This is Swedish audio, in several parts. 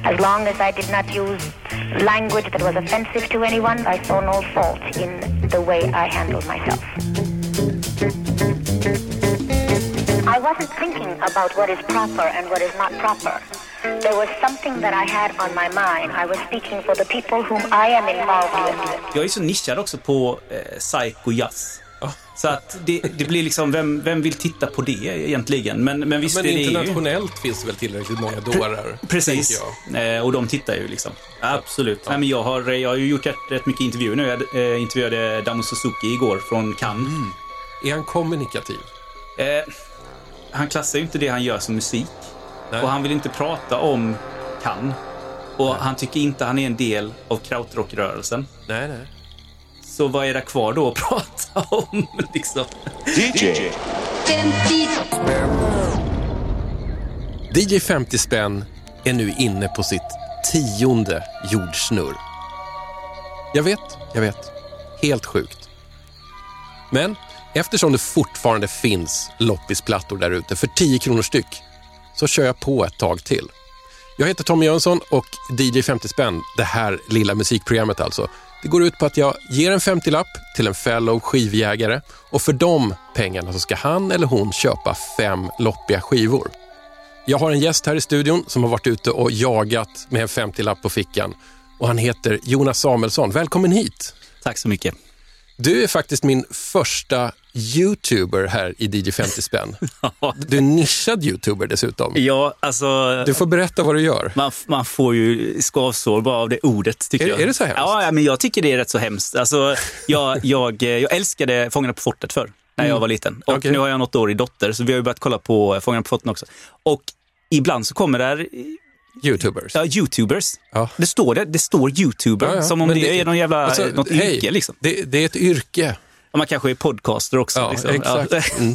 As long as I did not use language that was offensive to anyone, I saw no fault in the way I handled myself. I wasn't thinking about what is proper and what is not proper. There was something that I had on my mind. I was speaking for the people whom I am involved with. Jag är så nischad också på psycho jazz. Så att det blir liksom, vem vill titta på det egentligen? Men visst, men det internationellt är finns det väl tillräckligt många dårar. Precis, och de tittar ju liksom. Absolut. Ja. Nej, men jag har ju gjort rätt mycket intervjuer nu. Jag intervjuade Damo Suzuki igår från Cannes. Är han kommunikativ? Han klassar ju inte det han gör som musik. Nej. Och han vill inte prata om Cannes. Och han tycker inte han är en del av krautrockrörelsen. Nej. Så vad är det kvar då att prata om liksom? DJ 50 spänn är nu inne på sitt 10:e jordsnurr. Jag vet. Helt sjukt. Men eftersom det fortfarande finns loppisplattor där ute för 10 kronor styck, så kör jag på ett tag till. Jag heter Tommy Jönsson och DJ 50 spänn, det här lilla musikprogrammet alltså, det går ut på att jag ger en 50-lapp till en fellow skivjägare, och för de pengarna så ska han eller hon köpa 5 loppiga skivor. Jag har en gäst här i studion som har varit ute och jagat med en 50-lapp på fickan, och han heter Jonas Samuelsson. Välkommen hit! Tack så mycket. Du är faktiskt min första YouTuber här i DJ 50 spänn. Du är nischad YouTuber dessutom. Ja, alltså... Du får berätta vad du gör. Man får ju skavsår bara av det ordet, tycker jag. Är det så hemskt? Ja, men jag tycker det är rätt så hemskt. Alltså, jag älskade Fångarna på fortet förr, när jag var liten. Och nu har jag något år i dotter, så vi har ju börjat kolla på Fångarna på fortet också. Och ibland så kommer där... YouTubers. Ja, YouTubers. Ja. Det står YouTuber, som om det är någon jävla, alltså, något yrke liksom. Det är ett yrke. Och man kanske är podcaster också. Ja, liksom. exakt.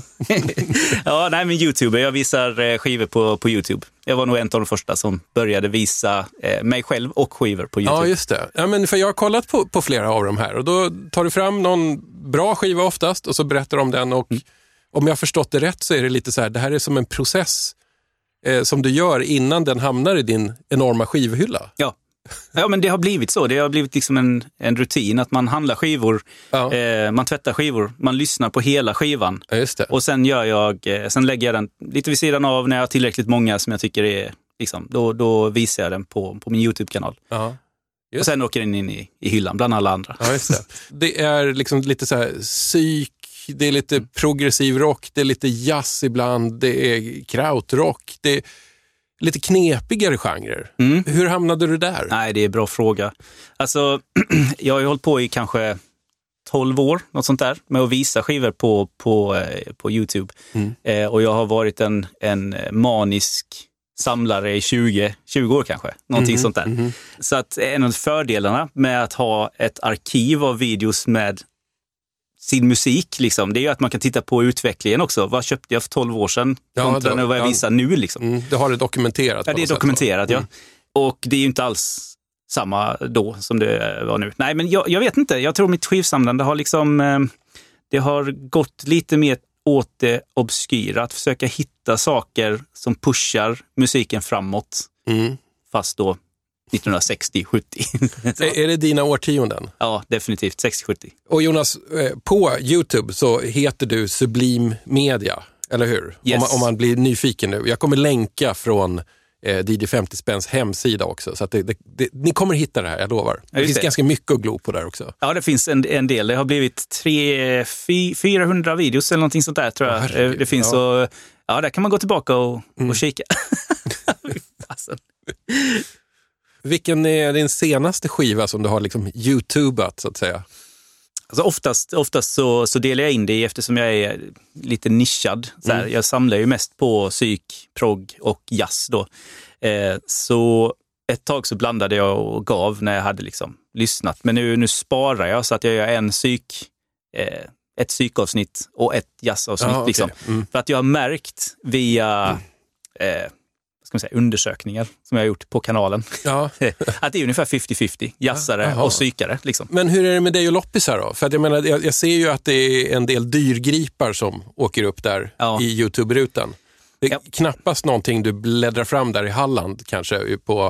Ja, nej, men YouTuber. Jag visar skivor på YouTube. Jag var nog en av de första som började visa mig själv och skivor på YouTube. Ja, just det. Ja, men för jag har kollat på flera av dem här, och då tar du fram någon bra skiva oftast och så berättar om den, och om jag har förstått det rätt så är det lite så här, det här är som en process som du gör innan den hamnar i din enorma skivhylla. Ja, men det har blivit så. Det har blivit liksom en rutin att man handlar skivor, man tvättar skivor, man lyssnar på hela skivan. Ja, just det. Och sen sen lägger jag den lite vid sidan av när jag har tillräckligt många som jag tycker är liksom, då visar jag den på min YouTube-kanal. Ja. Och sen åker den in i hyllan bland alla andra. Ja, just det. Det är liksom lite så här psyk, det är lite progressiv rock, det är lite jazz ibland, det är krautrock, det är lite knepigare genrer. Hur hamnade du där? Nej, det är en bra fråga. Alltså, jag har ju hållit på i kanske 12 år, något sånt där, med att visa skivor på YouTube. Och jag har varit en manisk samlare i 20 år kanske, någonting sånt där. Så att en av fördelarna med att ha ett arkiv av videos med sin musik, liksom, det är ju att man kan titta på utvecklingen också. Vad köpte jag för 12 år sedan kontra vad jag visar nu liksom. Du har det dokumenterat. Ja, det är dokumenterat, ja. Och det är ju inte alls samma då som det var nu. Nej, men jag vet inte. Jag tror mitt skivsamlande har liksom det har gått lite mer åt det obskyra, att försöka hitta saker som pushar musiken framåt. Fast då 1960-70. Är det dina årtionden? Ja, definitivt. 60-70. Och Jonas, på YouTube så heter du Sublim Media, eller hur? Yes. Om man blir nyfiken nu. Jag kommer länka från DJ 50 spänns hemsida också. Så att ni kommer hitta det här, jag lovar. Det finns ganska mycket att glo på där också. Ja, det finns en del. Det har blivit 400 videos eller någonting sånt där, tror jag. Herregud, det finns så... Ja, där kan man gå tillbaka och kika. Vilken är din senaste skiva som du har liksom YouTubat, så att säga? Alltså oftast så delar jag in det eftersom jag är lite nischad. Så här, jag samlar ju mest på psyk, prog och jazz då. Så ett tag så blandade jag och gav när jag hade liksom lyssnat. Men nu sparar jag så att jag gör ett psykavsnitt och ett jazzavsnitt. Okay. Liksom. För att jag har märkt via... ska man säga, undersökningar som jag har gjort på kanalen. Ja. Att det är ungefär 50-50 jazzare och psykare. Liksom. Men hur är det med dig och loppisar då? För att jag menar, jag ser ju att det är en del dyrgripar som åker upp där i YouTube-rutan. Det är knappast någonting du bläddrar fram där i Halland kanske på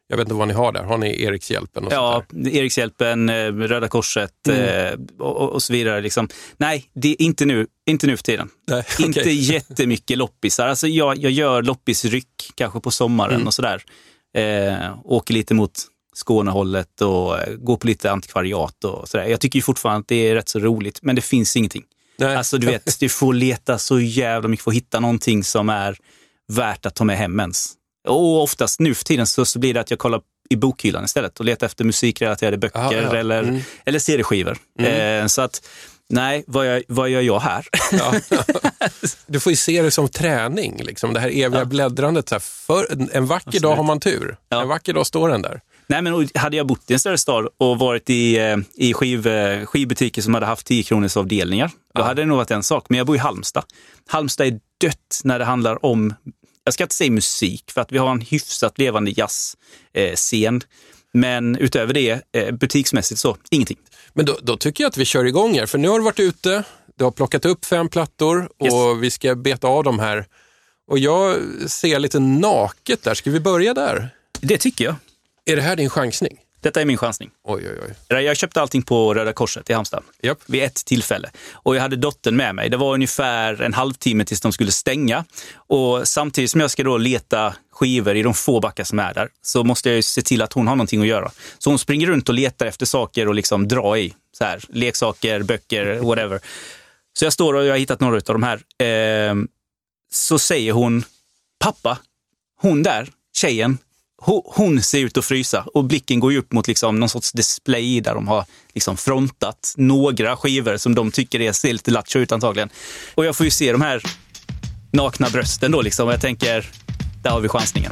Jag vet inte vad ni har där. Har ni Erikshjälpen? Och sånt där? Erikshjälpen, Röda Korset och så vidare. Liksom. Nej, det är inte nu för tiden. Nej, okay. Inte jättemycket loppisar. Alltså jag gör loppisryck kanske på sommaren och sådär. Åker lite mot Skånehållet och går på lite antikvariat och sådär. Jag tycker ju fortfarande att det är rätt så roligt, men det finns ingenting. Nej. Alltså du vet, du får leta så jävla mycket för att hitta någonting som är värt att ta med hem ens. Och oftast nu för tiden så blir det att jag kollar i bokhyllan istället och letar efter musikrelaterade böcker eller CD-skivor. Så att, nej, vad gör jag här? Ja. Du får ju se det som träning, liksom. Det här eviga bläddrandet. Så här, för en vacker dag har man tur. Ja. En vacker dag står den där. Nej, men hade jag bott i en större stad och varit i skivbutiker som hade haft 10 kronors avdelningar, då hade det nog varit en sak. Men jag bor i Halmstad. Halmstad är dött när det handlar om, jag ska inte säga musik, för att vi har en hyfsat levande jazzscen. Men utöver det, butiksmässigt så, ingenting. Men då tycker jag att vi kör igång här. För nu har du varit ute, du har plockat upp 5 plattor och vi ska beta av dem här. Och jag ser lite naket där. Ska vi börja där? Det tycker jag. Är det här din chansning? Detta är min chansning. Oj. Jag köpte allting på Röda Korset i Halmstad. Yep. Vid ett tillfälle. Och jag hade dottern med mig. Det var ungefär en halvtimme tills de skulle stänga. Och samtidigt som jag ska då leta skivor i de få backar som är där, så måste jag ju se till att hon har någonting att göra. Så hon springer runt och letar efter saker och liksom drar i. Så här, leksaker, böcker, whatever. Så jag står och jag har hittat några av de här. Så säger hon, pappa, hon där, tjejen, hon ser ut att frysa och blicken går ju upp mot liksom någon sorts display där de har liksom frontat några skivor som de tycker ser lite lattjo ut antagligen. Och jag får ju se de här nakna brösten då liksom, och jag tänker, där har vi chansningen.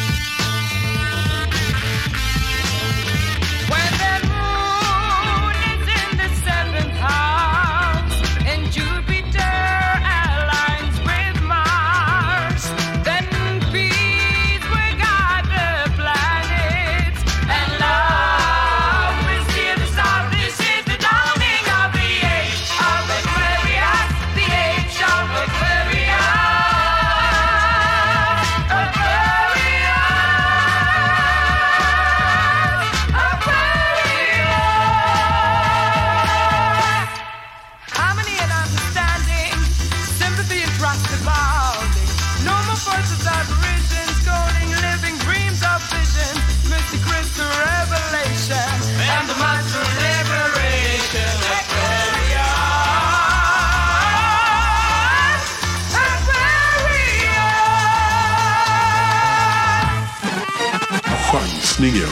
Chansningen.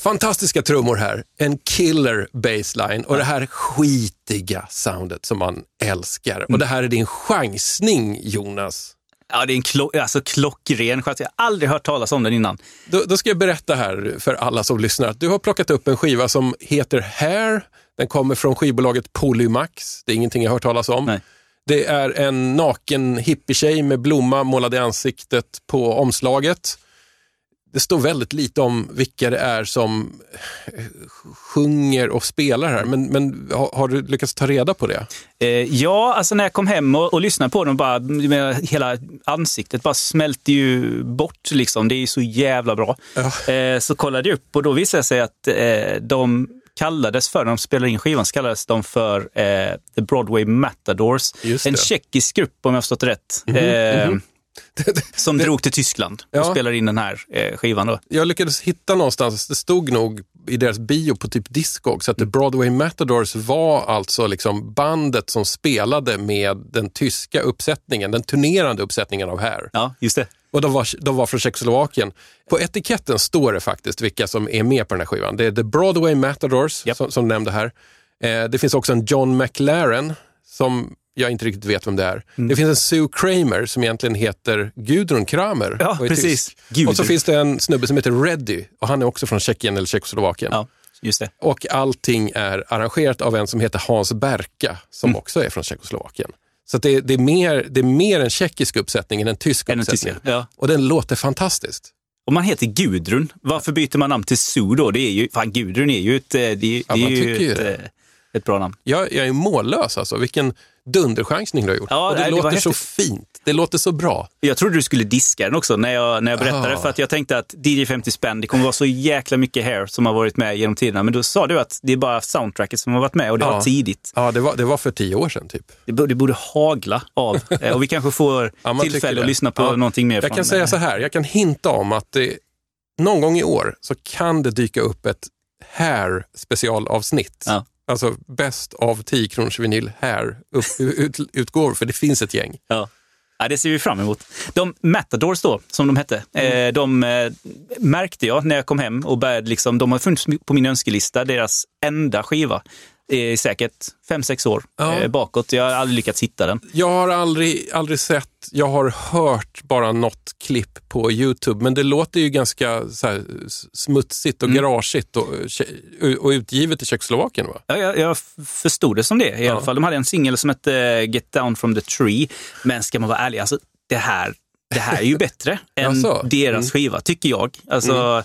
Fantastiska trummor här. En killer bassline och det här skitiga soundet som man älskar. Och det här är din chansning, Jonas. Ja, det är en klockren chans. Jag har aldrig hört talas om den innan. Då ska jag berätta här för alla som lyssnar att du har plockat upp en skiva som heter Hair. Den kommer från skivbolaget Polymax. Det är ingenting jag har hört talas om. Nej. Det är en naken hippietjej med blomma målad i ansiktet på omslaget. Det står väldigt lite om vilka det är som sjunger och spelar här. Men har du lyckats ta reda på det? Ja, alltså när jag kom hem och lyssnade på dem, bara, hela ansiktet bara smälter ju bort. Liksom. Det är ju så jävla bra. Ja. Så kollade jag upp och då visade det sig att de kallades för, när de spelade in skivan, kallades de för The Broadway Matadors. En tjeckisk grupp, om jag har förstått rätt. Som drog till Tyskland och spelade in den här skivan då. Jag lyckades hitta någonstans, det stod nog i deras bio på typ Discog, så att The Broadway Matadors var alltså liksom bandet som spelade med den tyska uppsättningen, den turnerande uppsättningen av Hair. Ja, just det. Och de var från Tjeckoslovakien. På etiketten står det faktiskt vilka som är med på den här skivan. Det är The Broadway Matadors, som nämnde här. Det finns också en John McLaren som jag inte riktigt vet vem det är. Det finns en Sue Kramer som egentligen heter Gudrun Kramer. Ja, precis. Och så finns det en snubbe som heter Reddy och han är också från Tjeckien eller Tjeckoslovakien. Ja, just det. Och allting är arrangerat av en som heter Hans Berka som också är från Tjeckoslovakien. Så att det är mer en tjeckisk uppsättning än en tysk uppsättning. Ja. Och den låter fantastiskt. Om man heter Gudrun, varför byter man namn till Sue då? Det är ju, fan, Gudrun är ju ett bra namn. Jag är mållös alltså. Vilken dunderchansning du har gjort. Ja, och det låter så fint. Det låter så bra. Jag trodde du skulle diska den också när jag berättade. För att jag tänkte att DJ 50 spänn, det kommer vara så jäkla mycket Hair som har varit med genom tiderna. Men då sa du att det är bara soundtracket som har varit med och det var tidigt. Ja, det var för 10 år sedan typ. Det borde hagla av. Och vi kanske får tillfälle att lyssna på någonting mer. Jag kan säga så här, jag kan hinta om att någon gång i år så kan det dyka upp ett Hair specialavsnitt. Ja. Alltså bäst av 10 kronors vinyl här utgår, för det finns ett gäng. Ja, det ser vi fram emot. De Matadors då, som de hette, de märkte jag när jag kom hem och började liksom, de har funnits på min önskelista, deras enda skiva. Det är säkert 5-6 år bakåt. Jag har aldrig lyckats hitta den. Jag har aldrig sett, jag har hört bara något klipp på YouTube, men det låter ju ganska så här smutsigt och garageigt och utgivet i Tjeckoslovakien, va? Ja, jag förstod det som det i alla fall. De hade en singel som hette Get Down From The Tree, men ska man vara ärlig, alltså det här är ju bättre än deras skiva, tycker jag. Alltså,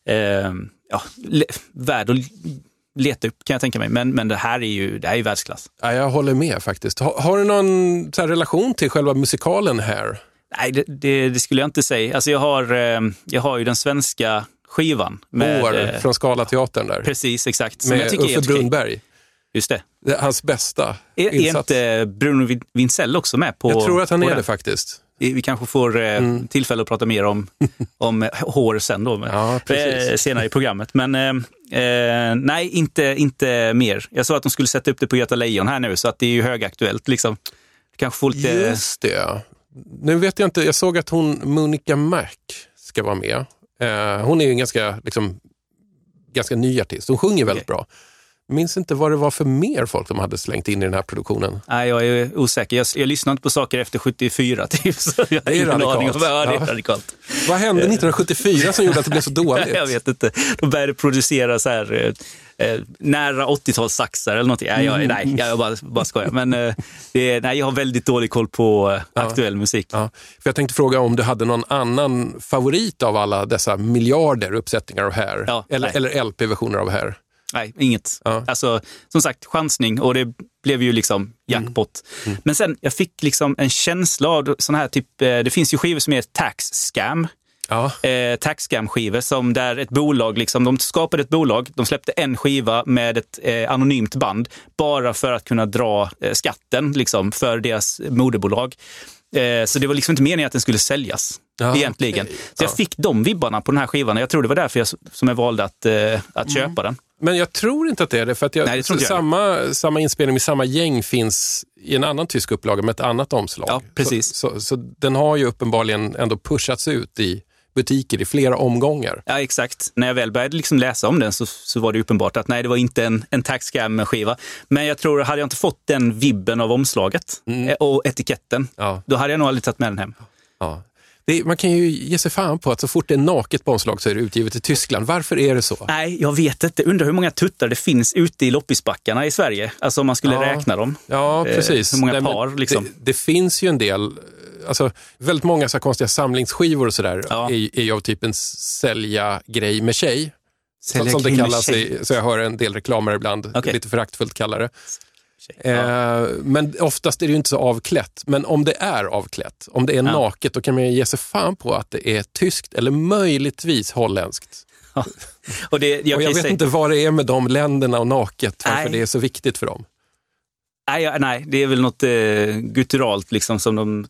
värd att leta upp, kan jag tänka mig. Men det här är ju världsklass. Ja, jag håller med faktiskt. Har du någon så här relation till själva musikalen Hair? Nej, det skulle jag inte säga. Alltså jag har ju den svenska skivan. Från Scalateatern där. Precis, exakt. Som med Uffe Brunnberg. Just det. Det är hans bästa insats. Är inte Bruno Vincell också med på? Jag tror att han är det faktiskt. Vi kanske får tillfälle att prata mer om hår sen då, senare i programmet. Men nej, inte mer. Jag sa att de skulle sätta upp det på Göta Lejon här nu, så att det är ju högaktuellt liksom. Kanske får lite... Just det. Nu vet jag inte, jag såg att Monica Mac ska vara med. Hon är ju en ganska ny artist. Hon sjunger väldigt bra. Minns inte vad det var för mer folk de hade slängt in i den här produktionen. Nej, jag är osäker. Jag lyssnar inte på saker efter 74 typ. Så jag det är radikalt. Det är radikalt. Vad hände 1974 som gjorde att det blev så dåligt? Jag vet inte. De började producera så här nära 80-talssaxar eller någonting. Nej, jag bara skojar. Men jag har väldigt dålig koll på aktuell musik. Ja. För jag tänkte fråga om du hade någon annan favorit av alla dessa miljarder uppsättningar av Hair. Eller LP-versioner av Hair. Nej, inget. Ja. Alltså, som sagt, chansning, och det blev ju liksom jackpot. Men sen, jag fick liksom en känsla av sån här typ, det finns ju skivor som är tax scam. Ja. Tax scam-skivor som där ett bolag, liksom, de skapade ett bolag, de släppte en skiva med ett anonymt band bara för att kunna dra skatten liksom, för deras moderbolag. Så det var liksom inte meningen att den skulle säljas egentligen. Okay. Så jag fick de vibbarna på den här skivan. Jag tror det var därför jag valde att köpa den. Men jag tror inte att det är det, för att samma inspelning med samma gäng finns i en annan tysk upplaga med ett annat omslag. Ja, precis. Så den har ju uppenbarligen ändå pushats ut i butiker i flera omgångar. Ja, exakt. När jag väl började liksom läsa om den så var det uppenbart att nej, det var inte en Tax Scam-skiva. Men jag tror, hade jag inte fått den vibben av omslaget och etiketten, då hade jag nog aldrig tagit med den hem. Ja. Man kan ju ge sig fan på att så fort det är naket på omslag så är det utgivet i Tyskland. Varför är det så? Nej, jag vet inte. Undrar hur många tuttar det finns ute i loppisbackarna i Sverige. Alltså om man skulle räkna dem. Ja, precis. Hur många par liksom. Det finns ju en del, alltså väldigt många så här konstiga samlingsskivor och sådär är ju av typen sälja grej med tjej. Som det kallas, så jag hör en del reklamer ibland, lite föraktfullt kallar det. Men oftast är det ju inte så avklätt. Men om det är avklätt, om det är naket, då kan man ge sig fan på att det är tyskt eller möjligtvis holländskt. Ja. Och jag vet inte vad det är med de länderna och naket, varför det är så viktigt för dem. Nej, det är väl något gutturalt liksom som de...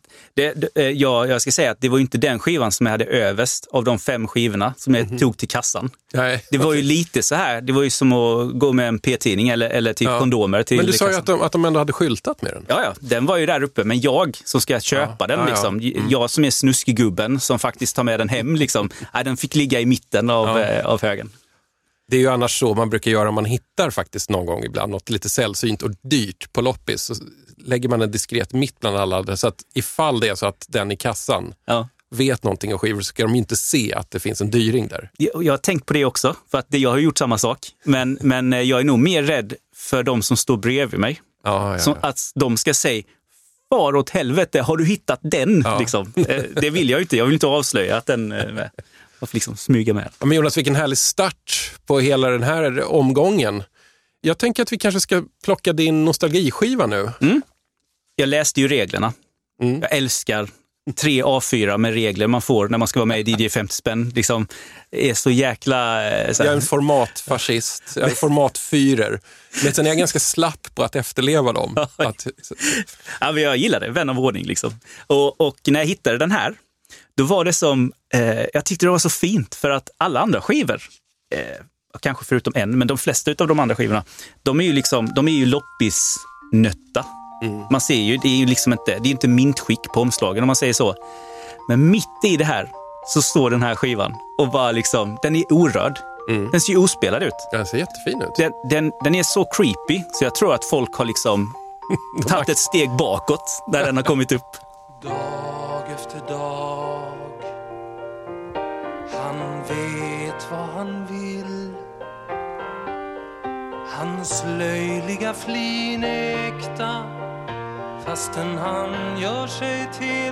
jag ska säga att det var ju inte den skivan som jag hade överst av de 5 skivorna som jag tog till kassan. Nej, det var ju lite så här, det var ju som att gå med en p-tidning eller typ kondomer till. Men du sa kassan. ju att de ändå hade skyltat med den. Ja, den var ju där uppe, men jag som ska köpa den liksom, jag som är snuskgubben som faktiskt tar med den hem liksom, den fick ligga i mitten av högen. Det är ju annars så man brukar göra, man hittar faktiskt någon gång ibland något lite sällsynt och dyrt på loppis, så lägger man en diskret mitt bland alla andra, så att ifall det är så att den i kassan vet någonting om skivor så ska de inte se att det finns en dyring där. Jag har tänkt på det också, för att jag har gjort samma sak, men jag är nog mer rädd för de som står bredvid mig. Som att de ska säga, far åt helvete, har du hittat den? Liksom. Det vill jag inte, jag vill inte avslöja att den... Varför liksom smyga med. Ja, men Jonas, vilken härlig start på hela den här omgången. Jag tänker att vi kanske ska plocka din nostalgiskiva nu. Jag läste ju reglerna. Jag älskar 3 A4 med regler man får när man ska vara med i DJ 50 spänn. Liksom, är så jäkla... Jag är en formatfascist. Jag är en formatfyrer. Men sen är jag ganska slapp på att efterleva dem. Ja, men jag gillar det. Vän av ordning liksom. Och när jag hittade den här, då var det som, jag tyckte det var så fint för att alla andra skivor, kanske förutom en, men de flesta av de andra skivorna, de är ju loppisnötta. Man ser ju, det är ju liksom inte mintskick på omslagen om man säger så. Men mitt i det här så står den här skivan och bara liksom, den är orörd. Den ser ju ospelad ut. Den ser jättefin ut. Den är så creepy så jag tror att folk har liksom tagit ett steg bakåt när den har kommit upp. Dag efter dag, han vet vad han vill. Hans löjliga flin är äkta, fastän han gör sig till.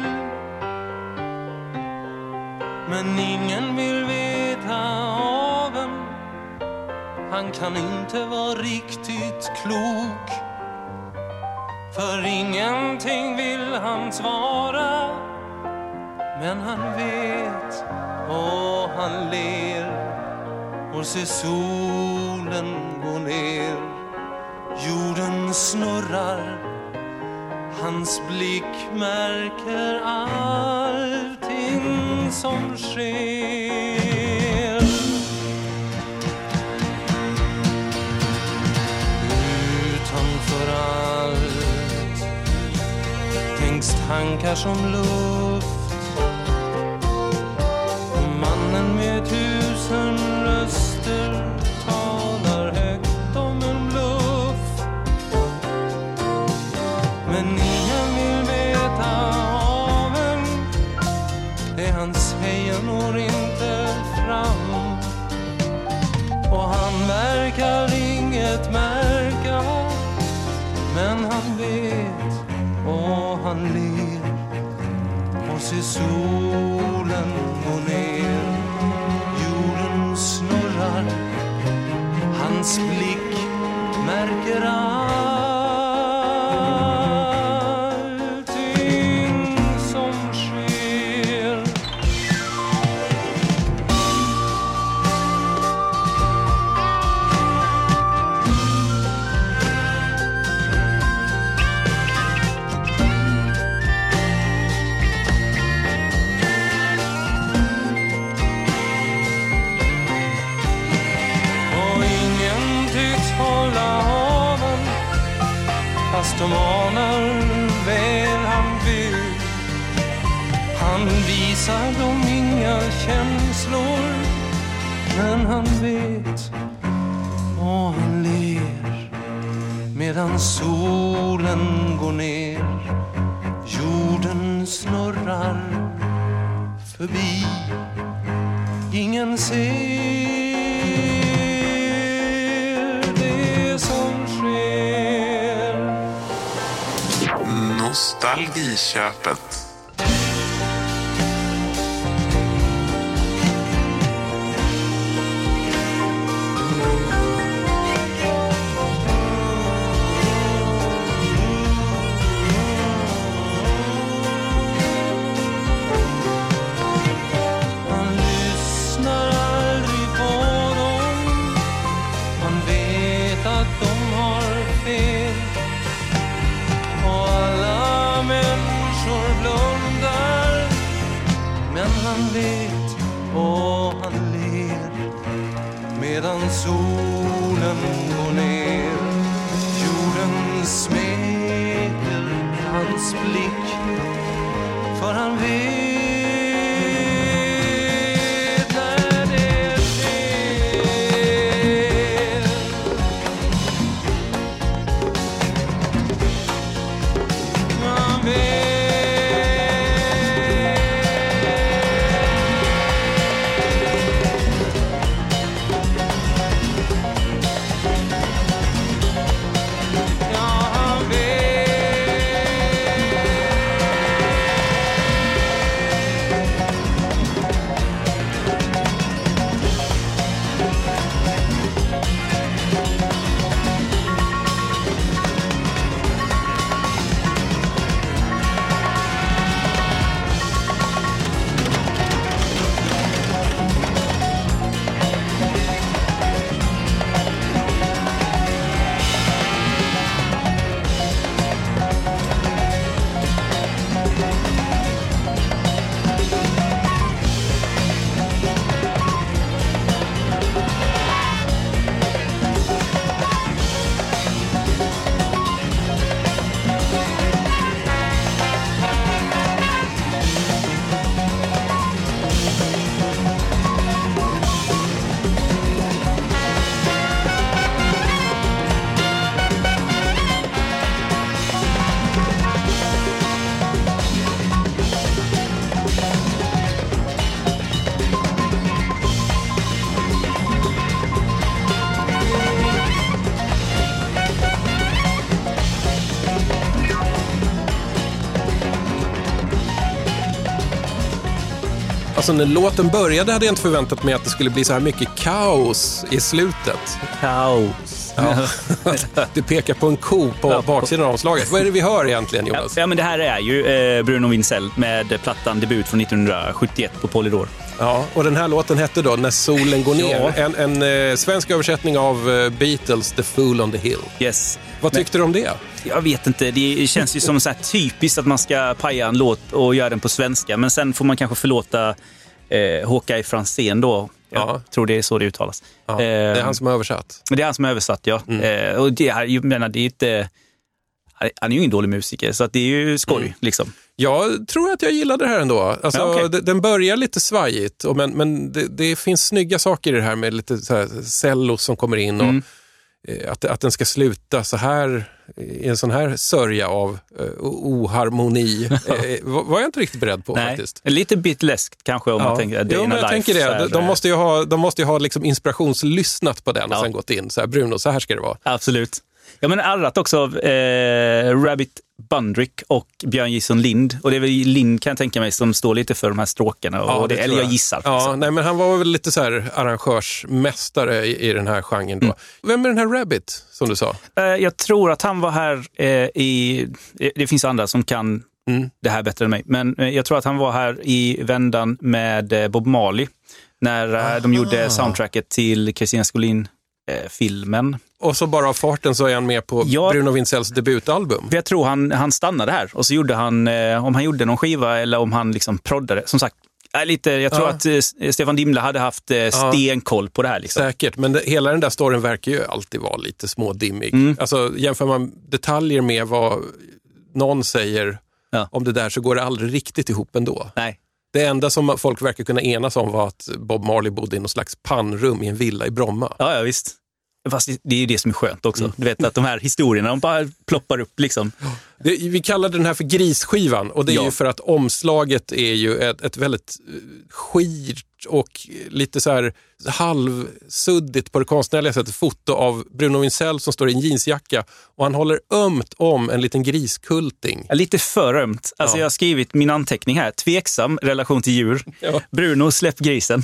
Men ingen vill veta av en, han kan inte vara riktigt klok. För ingenting vill han svara, men han vet och han ler och ser solen gå ner. Jorden snurrar, hans blick märker allting som sker. Utanför allt tänks tankar som luft. Mannen med 1000 röster talar högt om en bluff. Men ingen vill veta av en, det han säger når inte fram. Och han verkar inget märka, men han vet och han ler och ser solen gå ner. Jorden snurrar, hans blick märker allting som sker. visar de inga känslor, men han vet och han ler medan solen går ner. Jorden snurrar förbi, ingen ser det som sker. Nostalgiköpet. Medan solen går ner, jorden smeker hans blick, för han vet när det sker. Han vet. Alltså när låten började hade jag inte förväntat mig att det skulle bli så här mycket kaos i slutet. Kaos. Ja. Du pekar på en ko på baksidan av omslaget. Vad är det vi hör egentligen, Jonas? Ja, men det här är ju Bruno Wintzell med plattan debut från 1971 på Polydor. Ja, och den här låten hette då När solen går ner. Ja. En svensk översättning av Beatles The Fool on the Hill. Yes. Vad tyckte du om det? Jag vet inte, det känns ju som så här typiskt att man ska paja en låt och göra den på svenska. Men sen får man kanske förlåta Håkan Franzén då. Jag tror det är så det uttalas. Ja, det är han som har översatt. Det är han som har översatt, ja. Och det här, jag menar, det är inte... Han är ju ingen dålig musiker, så att det är ju skoj, liksom. Jag tror att jag gillade det här ändå. Alltså, okay. Den börjar lite svajigt, men det finns snygga saker i det här med lite så här cello som kommer in och att den ska sluta så här i en sån här sörja av oharmoni var jag inte riktigt beredd på. Nej, faktiskt. Lite bitläskt kanske om man tänker men jag tänker det. De måste ju ha liksom inspirationslyssnat på den och sen gått in så här, Bruno, så här ska det vara. Absolut. Ja, men arrat också av Rabbit Bundrick och Björn Gison Lind. Och det är väl Lind, kan jag tänka mig, som står lite för de här stråkarna. Och eller jag gissar. Ja, nej, men han var väl lite så här arrangörsmästare i den här genren då. Vem är den här Rabbit, som du sa? Jag tror att han var här det finns andra som kan det här bättre än mig. Men jag tror att han var här i vändan med Bob Marley. När de gjorde soundtracket till Christina Skolin-filmen. Och så bara av farten så är han med på Bruno Windzells debutalbum. Jag tror han stannade här och så gjorde han, om han gjorde någon skiva eller om han liksom proddade. Som sagt, jag tror att Stefan Dimla hade haft stenkoll på det här. Liksom. Säkert, men hela den där storyn verkar ju alltid vara lite smådimmig. Alltså jämför man detaljer med vad någon säger om det där, så går det aldrig riktigt ihop ändå. Nej. Det enda som folk verkar kunna enas om var att Bob Marley bodde i någon slags pannrum i en villa i Bromma. Ja, visst. Fast det är ju det som är skönt också. Du vet att de här historierna, de bara ploppar upp liksom. Vi kallar den här för grisskivan och det är ju för att omslaget är ju ett väldigt skirt och lite så här halvsuddigt på det konstnärliga sättet foto av Bruno Winchell som står i en jeansjacka och han håller ömt om en liten griskulting. Ja, lite för ömt. Alltså jag har skrivit min anteckning här. Tveksam relation till djur. Ja. Bruno, släpp grisen.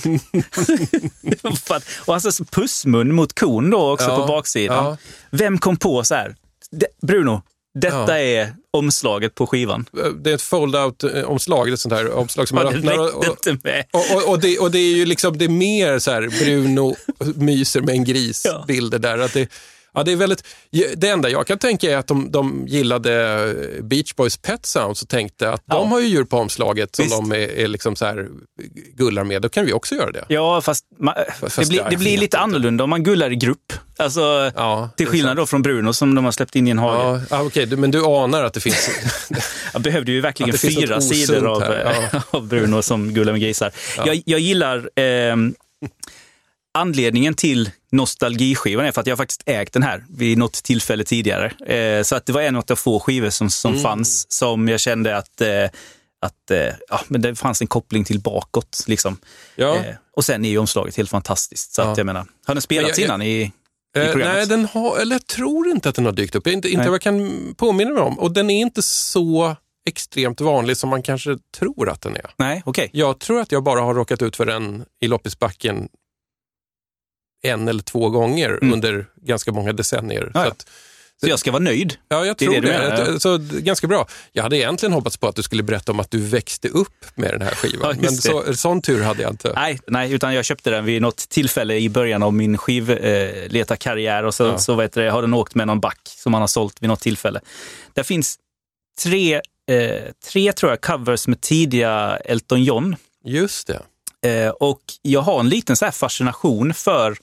Och alltså pussmun mot kon då också på baksidan. Ja. Vem kom på så här? Bruno, detta är omslaget på skivan. Det är ett fold-out-omslag, ett sånt här omslag som man öppnar. Och det är ju liksom, det är mer så här Bruno myser med en gris bilder där. Att det är väldigt, det enda jag kan tänka är att de gillade Beach Boys Pet Sounds och tänkte att de har ju djur på omslaget som de är liksom så här gullar med. Då kan vi också göra det. Ja, fast det blir lite annorlunda om man gullar i grupp. Alltså, till skillnad då från Bruno som de har släppt in i en hage. Ja, okej, men du anar att det finns... Jag behövde ju verkligen 4 sidor av Bruno som gullar med grisar. Ja. Jag gillar... Anledningen till nostalgiskivan är för att jag faktiskt ägt den här vid något tillfälle tidigare. Så att det var en av få skivor som fanns som jag kände att men det fanns en koppling till bakåt liksom. Ja. Och sen är ju omslaget helt fantastiskt. Så att jag menar, har den spelats innan i programmet? Nej, eller jag tror inte att den har dykt upp. Inte vad jag kan påminna mig om. Och den är inte så extremt vanlig som man kanske tror att den är. Nej, okej. Jag tror att jag bara har råkat ut för den i loppisbacken 1 eller 2 gånger under ganska många decennier. Ja. Så jag ska vara nöjd? Ja, jag tror det. Så, ganska bra. Jag hade egentligen hoppats på att du skulle berätta om att du växte upp med den här skivan. Men sån tur hade jag inte. Nej, utan jag köpte den vid något tillfälle i början av min skivletarkarriär och så vet jag, har den åkt med någon back som man har sålt vid något tillfälle. Där finns 3 tror jag covers med tidiga Elton John. Just det. Och jag har en liten så här fascination för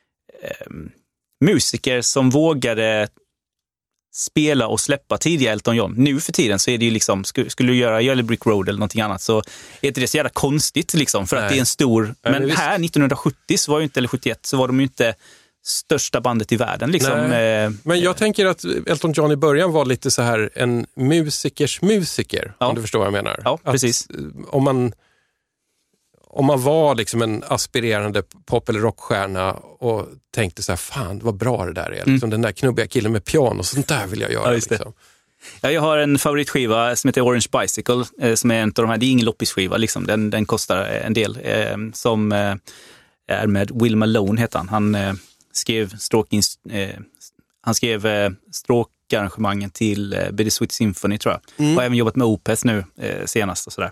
musiker som vågade spela och släppa tidiga Elton John. Nu för tiden så är det ju liksom, skulle du göra Yellow Brick Road eller någonting annat så är det så jävla konstigt liksom, för att det är en stor... Men här 1970 så var ju inte, eller 71 så var de ju inte största bandet i världen liksom. Men jag tänker att Elton John i början var lite så här en musikers musiker, om du förstår vad jag menar. Ja, precis. Om man var liksom en aspirerande pop- eller rockstjärna och tänkte så här, fan vad bra det där är. Liksom den där knubbiga killen med piano, sånt där vill jag göra. Ja, liksom. Jag har en favoritskiva som heter Orange Bicycle som är en av de här, det är ingen loppisskiva liksom, den kostar en del. Som är med Will Malone heter han. Han skrev stråkarrangemangen till Bittersweet Symphony tror jag. Och även jobbat med Opeth nu senast och sådär.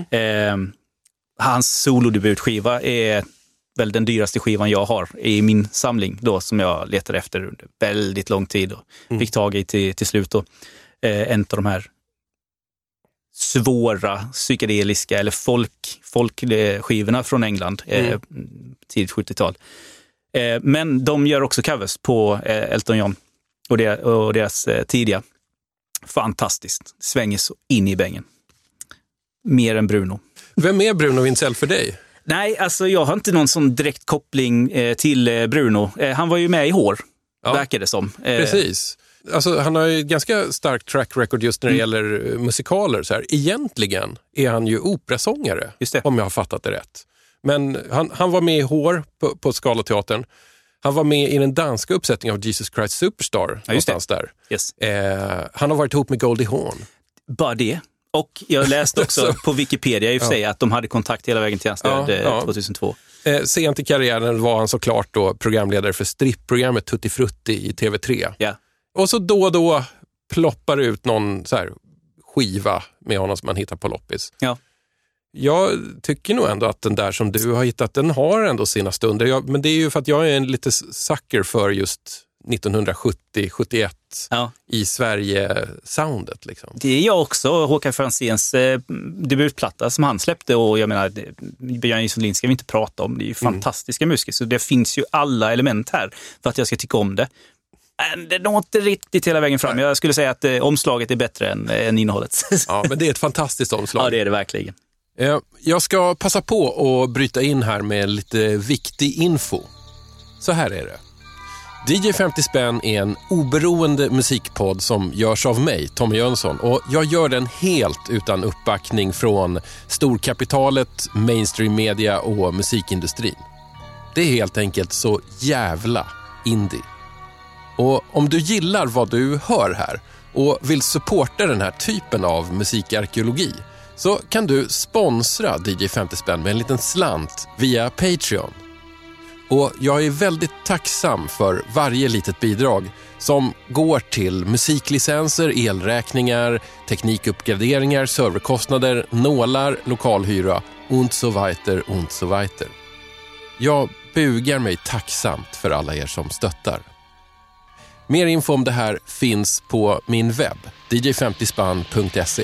Hans solodebutskiva är väl den dyraste skivan jag har i min samling då, som jag letade efter under väldigt lång tid och fick tag i till slut då. En av de här svåra psykedeliska eller folkskivorna från England tidigt 70-tal. Men de gör också covers på Elton John och deras tidiga. Fantastiskt. Svänger så in i bängen. Mer än Bruno. Vem är Bruno Winchell för dig? Nej, alltså jag har inte någon sån direkt koppling till Bruno. Han var ju med i Hår, verkar det som. Precis. Alltså, han har ju ganska stark track record just när det gäller musikaler. Så här. Egentligen är han ju operasångare, om jag har fattat det rätt. Men han var med i Hår på Scalateatern. Han var med i den danska uppsättningen av Jesus Christ Superstar. Någonstans där. Yes. Han har varit ihop med Goldie Hawn. Bara det. Och jag läste också på Wikipedia i och för sig att de hade kontakt hela vägen till hans död 2002. Sent i karriären var han såklart då programledare för strippprogrammet Tutti Frutti i TV3. Yeah. Och så då ploppar ut någon så här skiva med honom som man hittar på loppis. Ja. Jag tycker nog ändå att den där som du har hittat, den har ändå sina stunder. Men det är ju för att jag är en lite sucker för just 1970-71 i Sverige-soundet. Liksom. Det är jag också. Håkan Franzéns debutplatta som han släppte, och jag menar, Björn Jonsson ska vi inte prata om. Det är ju fantastiska musiker, så det finns ju alla element här för att jag ska tycka om det. Men det når inte riktigt hela vägen fram. Jag skulle säga att omslaget är bättre än innehållet. Ja, men det är ett fantastiskt omslag. Ja, det är det verkligen. Jag ska passa på att bryta in här med lite viktig info. Så här är det. DJ 50 spänn är en oberoende musikpodd som görs av mig, Tommy Jönsson. Och jag gör den helt utan uppbackning från storkapitalet, mainstream media och musikindustrin. Det är helt enkelt så jävla indie. Och om du gillar vad du hör här och vill supporta den här typen av musikarkeologi, så kan du sponsra DJ 50 spänn med en liten slant via Patreon. Och jag är väldigt tacksam för varje litet bidrag som går till musiklicenser, elräkningar, teknikuppgraderingar, serverkostnader, nålar, lokalhyra und so weiter und so weiter. Jag bugar mig tacksamt för alla er som stöttar. Mer info om det här finns på min webb, dj50spann.se.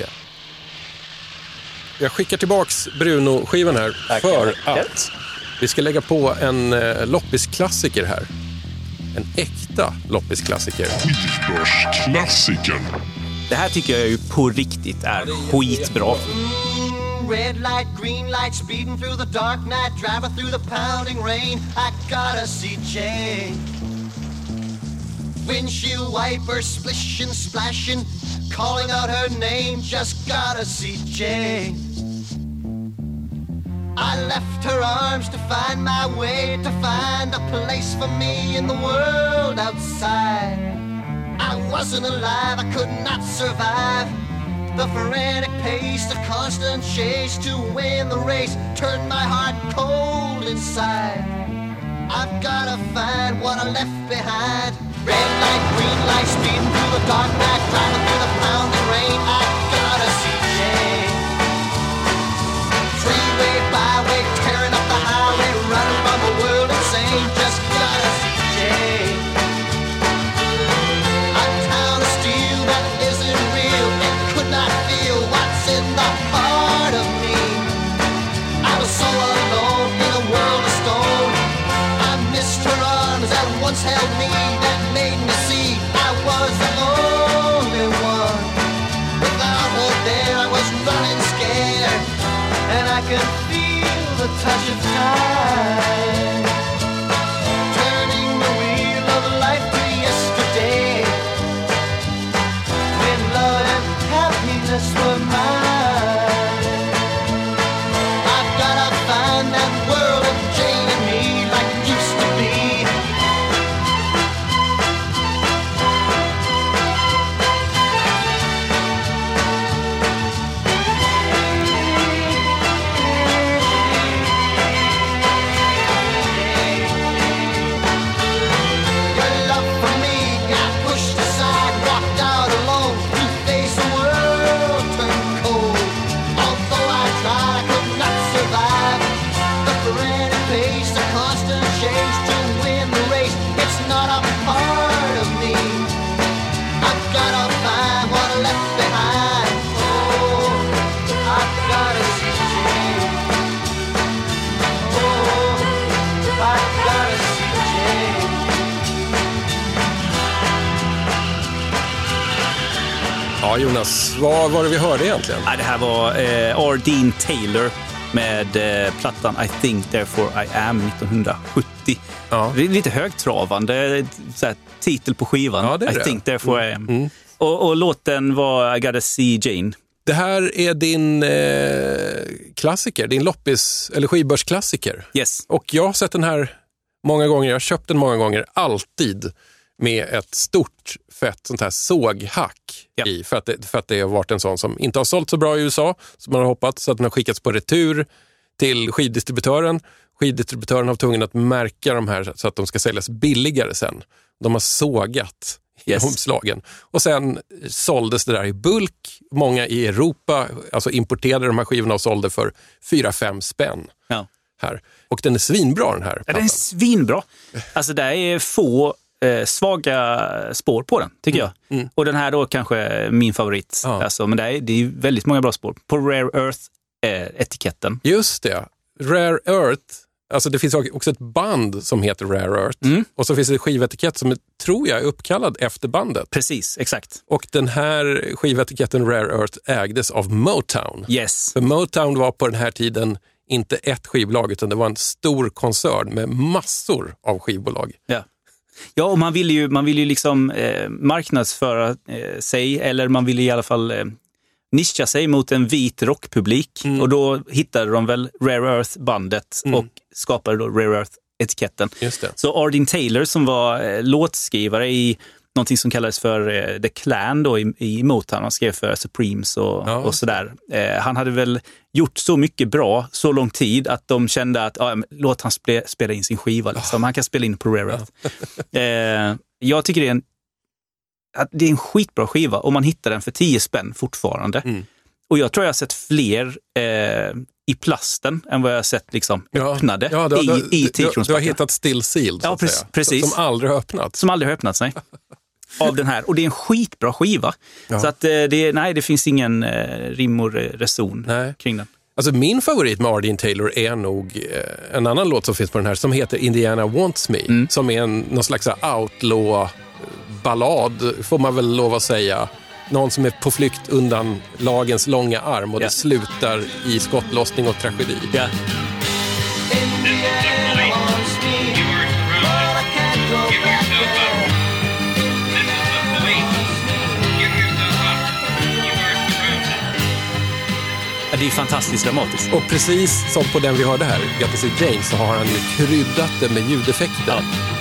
Jag skickar tillbaks Bruno-skivan här. Tack, för att vi ska lägga på en loppisklassiker här. En äkta loppisklassiker. Skivbörsklassiker. Det här tycker jag ju på riktigt är skitbra. Red light, green light, speeding through the dark night, driving through the pounding rain. I gotta see Jane. Windshield wipers splishing, splashing, calling out her name. Just gotta see Jane. I left her arms to find my way, to find a place for me in the world outside. I wasn't alive, I could not survive the frantic pace, the constant chase to win the race turned my heart cold inside. I've gotta find what I left behind. Red light, green light, speeding through the dark night, driving through the pounding rain. I gotta see Jane. Freeway, byway, tearing up the highway, running from the world insane. Just gotta see Jane. A town of steel that isn't real, it could not feel what's in the heart of me. I was so alone in a world of stone. I missed her arms that once held me, that made me see I was the only one. Without her there I was running scared, and I could feel the touch of time, turning the wheel of life to yesterday, when love and happiness were mine. I've gotta find that world of Jane and me like it used to be. Ja, Jonas, vad var det vi hörde egentligen? Ja, det här var R. Dean Taylor med plattan I Think Therefore I Am 1970. Ja. Det är lite högtravande så här, titel på skivan. Ja, det är I det. Think Therefore I Am. Och låten var I Gotta See Jane. Det här är din klassiker, din loppis eller skivbörsklassiker. Yes. Och jag har sett den här många gånger, jag har köpt den många gånger, alltid med ett stort fett sånt här såghack i. För att det har varit en sån som inte har sålt så bra i USA som man har hoppats, så att den har skickats på retur till skivdistributören. Skivdistributören har tvungen att märka de här så att de ska säljas billigare sen. De har sågat omslagen. Och sen såldes det där i bulk. Många i Europa alltså importerade de här skivorna och sålde för 4-5 spänn. Ja. Här. Och den är svinbra den här. Ja, den är svinbra. Alltså det är få svaga spår på den, tycker jag. Och den här då kanske min favorit. Ja. Alltså, men det är väldigt många bra spår. På Rare Earth-etiketten. Just det. Rare Earth Alltså det finns också ett band som heter Rare Earth. Och så finns det en skivetikett som tror jag är uppkallad efter bandet. Precis, exakt. Och den här skivetiketten Rare Earth ägdes av Motown. Yes. För Motown var på den här tiden inte ett skivbolag utan det var en stor koncern med massor av skivbolag. Ja, och man vill ju liksom marknadsföra sig, eller man vill i alla fall nischa sig mot en vit rockpublik. Och då hittade de väl Rare Earth-bandet och skapade då Rare Earth-etiketten. Just det. Så Ardeen Taylor som var låtskrivare i någonting som kallades för The Clan då i Motown. Han skrev för Supremes och sådär. Han hade väl gjort så mycket bra så lång tid att de kände att låt han spela in sin skiva. Liksom. Han kan spela in på Rare Earth. Jag tycker det är en skitbra skiva och man hittar den för 10 spänn fortfarande. Och jag tror jag har sett fler i plasten än vad jag har sett liksom öppnade i t-kronspackar. Du har hittat still sealed så att säga. Precis. Som aldrig har öppnats. Som aldrig har öppnats, nej. Av den här. Och det är en skitbra skiva. Så att det finns ingen rim och reson kring den. Alltså min favorit med Ardeen Taylor är nog en annan låt som finns på den här som heter Indiana Wants Me. Som är någon slags outlaw-ballad får man väl lov att säga. Någon som är på flykt undan lagens långa arm och det slutar i skottlossning och tragedi. Det är fantastiskt dramatiskt. Och precis som på den vi hörde här, Got to See Jane, så har han ju kryddat det med ljudeffekter.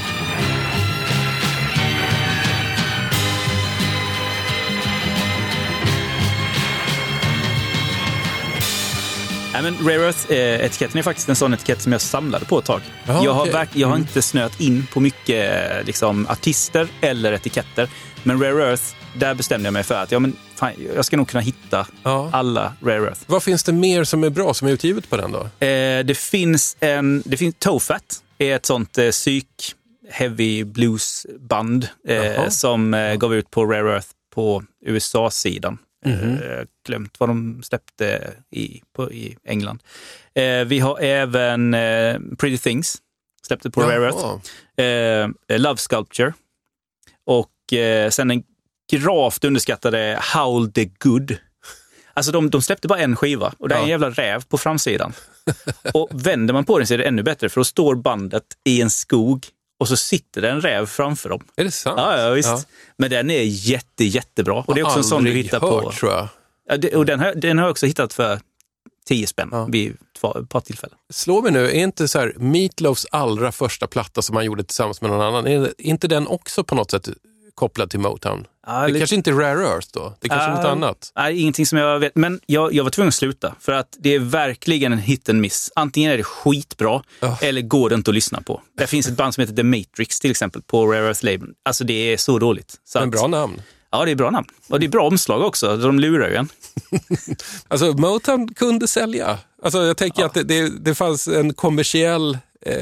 Men Rare Earth-etiketten är faktiskt en sån etikett som jag samlade på ett tag. Jag har inte snöat in på mycket liksom, artister eller etiketter. Men Rare Earth, där bestämde jag mig för att jag ska nog kunna hitta alla Rare Earth. Vad finns det mer som är bra som är utgivet på den då? Det finns Toe-Fat är ett sånt heavy blues-band som gav ut på Rare Earth på USA-sidan. Glömt vad de släppte i England. Vi har även Pretty Things släppte på Rare Earth. Love Sculpture och sen den gravt underskattade Howl the Good. Alltså de släppte bara en skiva och det är en jävla räv på framsidan. Och vänder man på den så är det ännu bättre för då står bandet i en skog och så sitter det en räv framför dem. Är det sant? Ja, visst. Ja. Men den är jättebra. Och det är också en sån du hittar på. Tror jag. Ja, och den har jag också hittat för 10 spänn vid ett par tillfällen. Slå mig nu, är inte så här Meatloafs allra första platta som han gjorde tillsammans med någon annan, är inte den också på något sätt kopplad till Motown? Det kanske inte är Rare Earth då? Det kanske är något annat? Nej, ingenting som jag vet. Men jag var tvungen att sluta. För att det är verkligen en hit and miss. Antingen är det skitbra eller går det inte att lyssna på. Det finns ett band som heter The Matrix till exempel på Rare Earth label. Alltså det är så dåligt. Så en bra namn. Ja, det är bra namn. Och det är bra omslag också. De lurar ju en. Alltså Motown kunde sälja. Alltså jag tänker att det fanns en kommersiell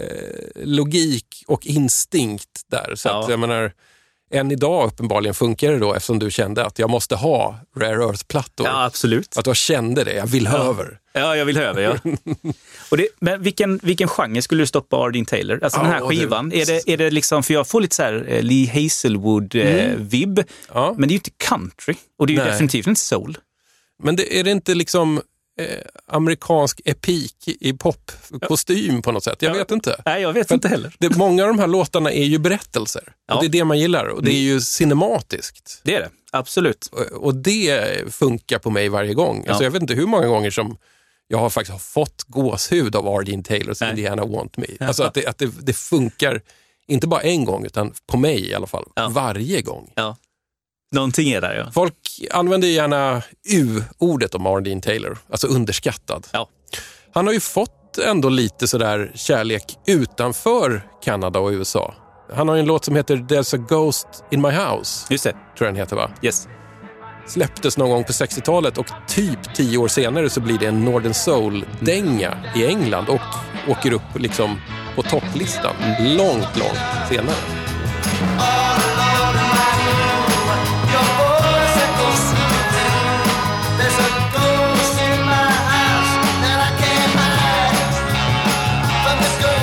logik och instinkt där. Så att jag menar, än idag uppenbarligen funkar det då eftersom du kände att jag måste ha Rare Earth-plattor. Ja, absolut. Att du kände det. Jag vill över. Ja, jag vill över, ja. Men vilken genre skulle du stoppa Ardeen Taylor? Alltså den här skivan, är det liksom, för jag får lite så här Lee Hazelwood-vibb, men det är ju inte country och det är ju definitivt inte soul. Men är det inte liksom amerikansk epik i popkostym på något sätt? Jag vet inte. Nej, jag vet inte heller. Många av de här låtarna är ju berättelser. Och det är det man gillar. Och det är ju cinematiskt. Det är det, absolut. Och det funkar på mig varje gång. Alltså jag vet inte hur många gånger som jag har faktiskt fått gåshud av Ardeen Taylors Indiana Want Me. Alltså att det funkar inte bara en gång utan på mig i alla fall. Varje gång. Ja. Någonting är där, Folk använder gärna U-ordet om Ardeen Taylor, alltså underskattad. Ja. Han har ju fått ändå lite sådär kärlek utanför Kanada och USA. Han har ju en låt som heter There's a Ghost in My House. Just det. Tror jag den heter, va? Yes. Släpptes någon gång på 60-talet och typ 10 år senare så blir det en Northern Soul-dänga i England och åker upp liksom på topplistan långt senare. There's a ghost in my house that I can't hide from the ghost.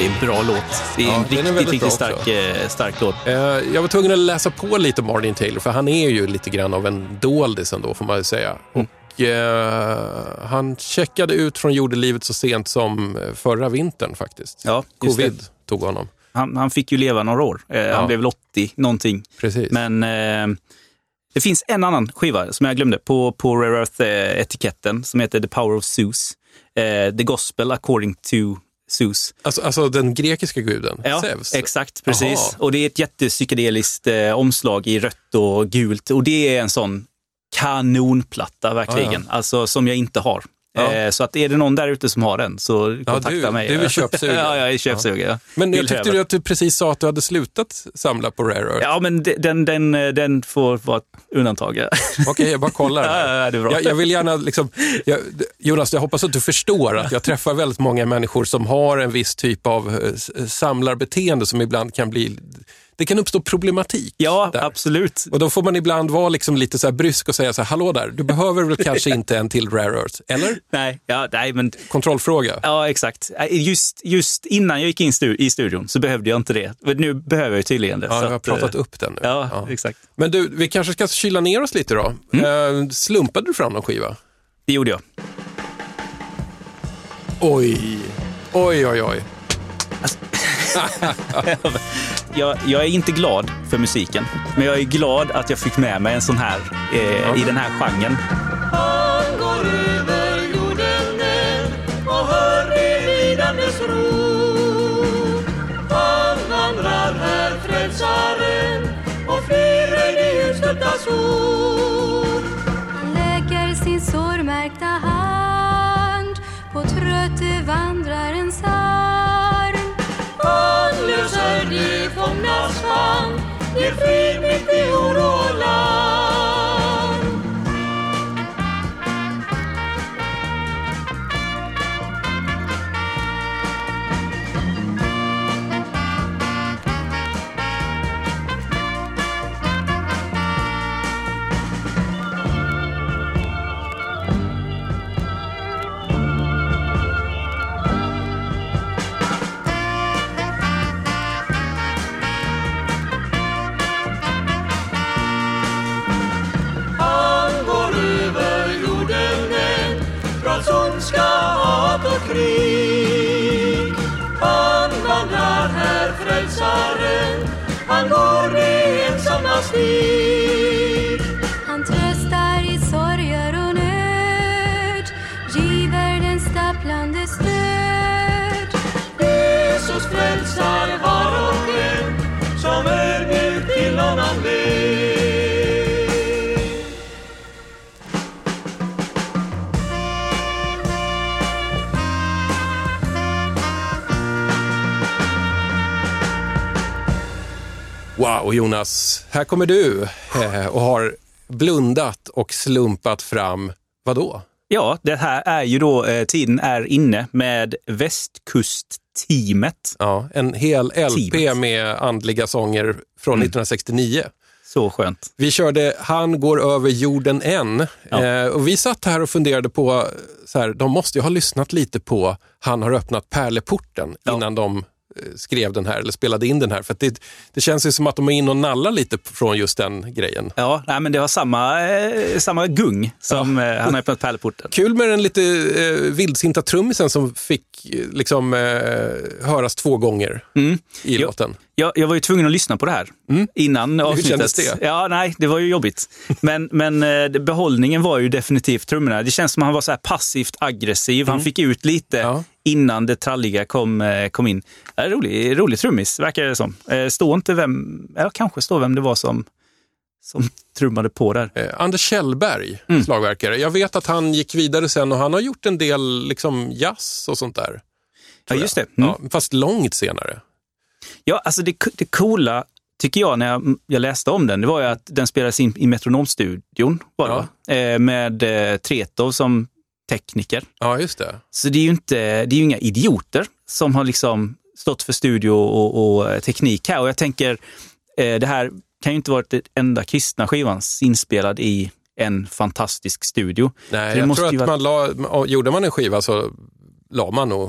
Det är en bra låt. Det är en riktigt stark låt. Jag var tvungen att läsa på lite om Martin Taylor, för han är ju lite grann av en doldis ändå, får man ju säga. Och han checkade ut från jordelivet så sent som förra vintern faktiskt. Ja, Covid tog honom. Han fick ju leva några år. Han blev väl 80 någonting. Precis. Men det finns en annan skiva som jag glömde på Rare Earth-etiketten som heter The Power of Zeus. The Gospel According to Zeus. Alltså den grekiska guden, Zeus? Exakt, precis. Aha. Och det är ett jättepsykedeliskt omslag i rött och gult. Och det är en sån kanonplatta verkligen. Alltså som jag inte har. Så att är det någon där ute som har den så kontakta mig. Du är köpsugen. Ja, jag är köpsugen. Ja. Men jag tyckte du att du precis sa att du hade slutat samla på Rare Earth. Ja, men den får vara ett undantag. Okej, jag bara kollar. Ja, det är bra. Jag vill gärna Jonas, jag hoppas att du förstår att jag träffar väldigt många människor som har en viss typ av samlarbeteende som ibland kan bli... Det kan uppstå problematik. Ja, där. Absolut. Och då får man ibland vara liksom lite så här brysk och säga så här, hallå där, du behöver väl kanske inte en till Rare Earth, eller? Nej, men... Kontrollfråga. Ja, exakt. Just innan jag gick in i studion så behövde jag inte det. Men nu behöver jag tydligen det. Ja, så jag har pratat upp den nu. Ja, exakt. Men du, vi kanske ska kyla ner oss lite då. Slumpade du fram någon skiva? Det gjorde jag. Oj. Jag är inte glad för musiken, men jag är glad att jag fick med mig en sån här i den här genren. Han går över jorden ner och hör det lidandes rop. Han vandrar här frälsaren och flyr ej det utstöttas ord. Han lägger sin sårmärkta hand på trötte vandrarens arm. Han löser de fångnas famn, ger frid mitt i oro och larm. Krig. Han vandrar här frälsaren, han går med ensamma stig. Han tröstar i sorger och nöd, giver den stapplande stöd. Jesus frälsar var och en som ödmjuk till honom ber. Wow, Jonas, här kommer du och har blundat och slumpat fram, vadå? Ja, det här är ju då, tiden är inne med Västkustteamet. Ja, en hel LP Teamet. med andliga sånger från 1969. Så skönt. Vi körde Han går över jorden än. Ja. Och vi satt här och funderade på, så här, de måste ju ha lyssnat lite på Han har öppnat pärleporten innan de skrev den här eller spelade in den här. För att det känns ju som att de är in och nallar lite från just den grejen. Ja, nej, men det har samma gung som Han har öppnat pärleporten. Kul med den lite vildsinta trummisen som fick liksom höras 2 gånger i låten. Jag var ju tvungen att lyssna på det här innan avsnittet. Hur kändes det? Ja, nej, det var ju jobbigt. Men behållningen var ju definitivt trummorna. Det känns som att han var så här passivt aggressiv. Han fick ut lite innan det tralliga kom in. Rolig trummis, verkar det som. Kanske står vem det var som trummade på där. Anders Kjellberg, slagverkare. Jag vet att han gick vidare sen och han har gjort en del liksom jazz och sånt där. Ja, just det. Ja, fast långt senare. Ja, alltså det coola tycker jag när jag läste om den, det var ju att den spelades in i Metronomstudion var det, med Tretov som tekniker. Ja, just det. Så det är ju inga idioter som har liksom stått för studio och teknik här. Och jag tänker, det här kan ju inte vara den enda kristna skivan inspelad i en fantastisk studio. Nej, jag tror att gjorde man en skiva så la man nog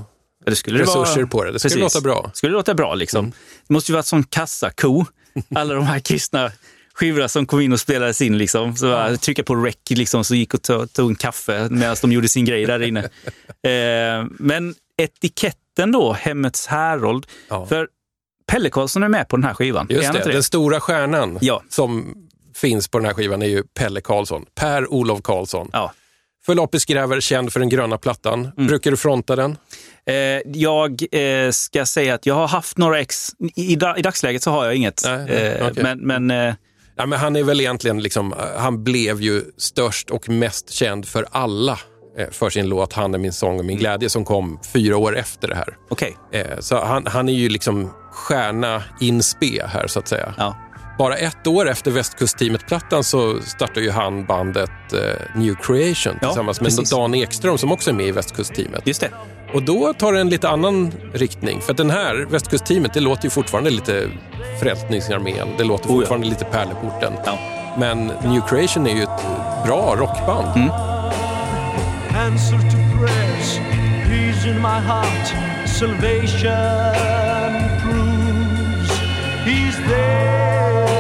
Det skulle resurser vara, på det. Det skulle låta bra. Skulle låta bra liksom. Det måste ju vara ett sån kassako. Alla de här kristna skivorna som kom in och spelades in liksom. Så trycka på rec liksom, så gick och tog en kaffe medan de gjorde sin grej där inne. Men etiketten då, Hemmets Härold. Ja. För Pelle Karlsson är med på den här skivan. Just det, den stora stjärnan som finns på den här skivan är ju Pelle Karlsson. Per-Olof Karlsson. Ja. För Lapisgräver, känd för den gröna plattan. Brukar du fronta den? Jag ska säga att jag har haft några ex. I dagsläget så har jag inget. Okay. Men han är väl egentligen liksom, han blev ju störst och mest känd för alla för sin låt Han är min sång och min glädje som kom 4 år efter det här. Okay. Så han är ju liksom stjärna in spe här så att säga. Ja. Bara 1 år efter Västkustteamet-plattan så startar ju han bandet New Creation tillsammans med Dan Ekström som också är med i Västkustteamet. Just det. Och då tar det en lite annan riktning. För att den här Västkustteamet, det låter ju fortfarande lite Frälsningsarmén. Det låter fortfarande lite Pärleporten. Ja. Men New Creation är ju ett bra rockband. Answer to prayers, peace in my heart, salvation proves he's there.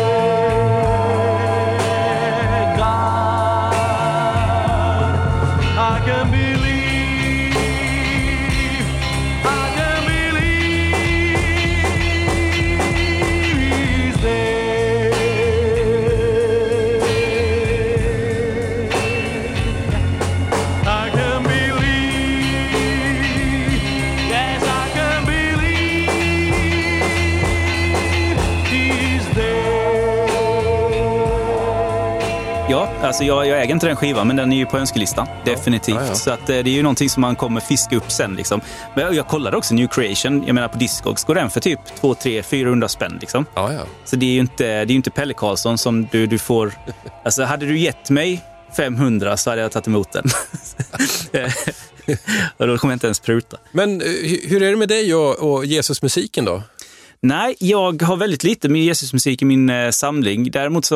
Alltså jag äger inte den skivan, men den är ju på önskelistan. Definitivt. Ja. Så att det är ju någonting som man kommer fiska upp sen liksom. Men jag kollade också New Creation. Jag menar på Discogs går den för typ 200, 300, 400 spänn liksom. Ja. Så det är ju inte Pelle Karlsson som du får. Alltså hade du gett mig 500 så hade jag tagit emot den. Och då kommer jag inte ens pruta. Men hur är det med dig och Jesusmusiken då? Nej, jag har väldigt lite med Jesusmusik i min samling. Däremot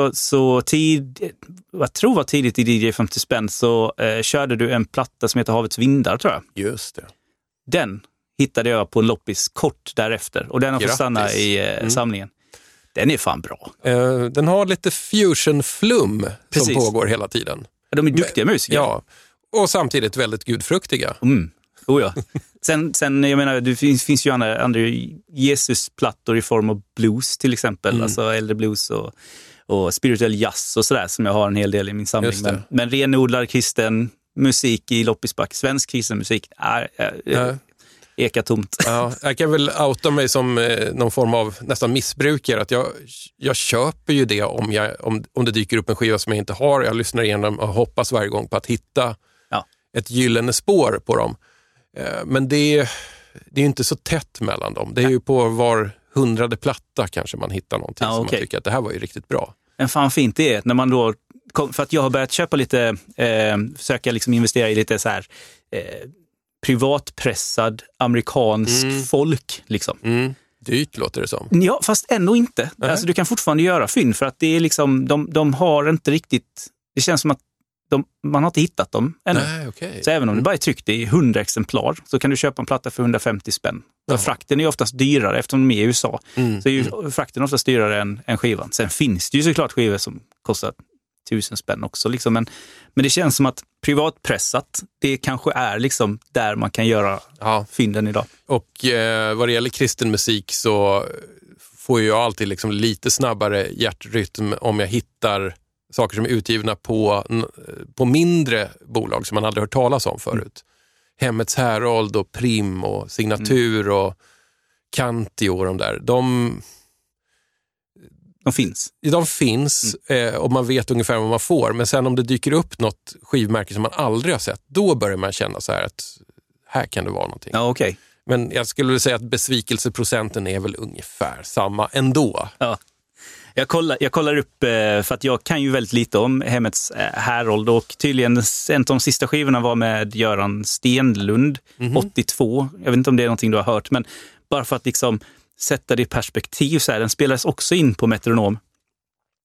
jag tror var tidigt i DJ 50 spänn så körde du en platta som heter Havets vindar, tror jag. Just det. Den hittade jag på en loppis kort därefter. Och den har fått stanna i samlingen. Den är fan bra. Den har lite fusion-flum som pågår hela tiden. De är duktiga musiker. Ja, och samtidigt väldigt gudfruktiga. Oh ja. Sen jag menar, det finns ju andra Jesus-plattor i form av blues till exempel. Alltså äldre blues och spirituell jazz och sådär som jag har en hel del i min samling. Men renodlad kristen musik i loppisback, svensk kristen musik, eka tomt. Ja, jag kan väl outa mig som någon form av nästan missbrukare. Att jag köper ju det om det dyker upp en skiva som jag inte har. Jag lyssnar igenom och hoppas varje gång på att hitta ett gyllene spår på dem. Men det är ju inte så tätt mellan dem. Det är ju på var 100:e platta kanske man hittar någonting som man tycker att det här var ju riktigt bra. En fan fint det är när man då, för att jag har börjat köpa lite, försöka liksom investera i lite så här privatpressad amerikansk folk liksom. Dyrt låter det som. Ja, fast ändå inte. Alltså du kan fortfarande göra fynd för att det är liksom, de har inte riktigt, det känns som att man har inte hittat dem ännu. Nej, okay. Så även om det bara är tryckt i 100 exemplar så kan du köpa en platta för 150 spänn. För frakten är oftast dyrare eftersom de är i USA. Så är ju frakten oftast dyrare än skivan. Sen finns det ju såklart skivor som kostar 1000 spänn också. Liksom. Men det känns som att privatpressat, det kanske är liksom där man kan göra fynden idag. Och vad det gäller kristen musik så får jag alltid liksom lite snabbare hjärtrytm om jag hittar saker som är utgivna på mindre bolag som man aldrig hört talas om förut. Hemmets Härold och Prim och Signatur och Kanti och de där. De finns. De finns och man vet ungefär vad man får. Men sen om det dyker upp något skivmärke som man aldrig har sett, då börjar man känna så här att här kan det vara någonting. Ja, okej. Men jag skulle vilja säga att besvikelseprocenten är väl ungefär samma ändå. Ja. Jag kollar upp, för att jag kan ju väldigt lite om Hemmets Härold och tydligen en av de sista skivorna var med Göran Stenlund, 82. Jag vet inte om det är någonting du har hört, men bara för att liksom sätta det i perspektiv så här, den spelades också in på Metronom.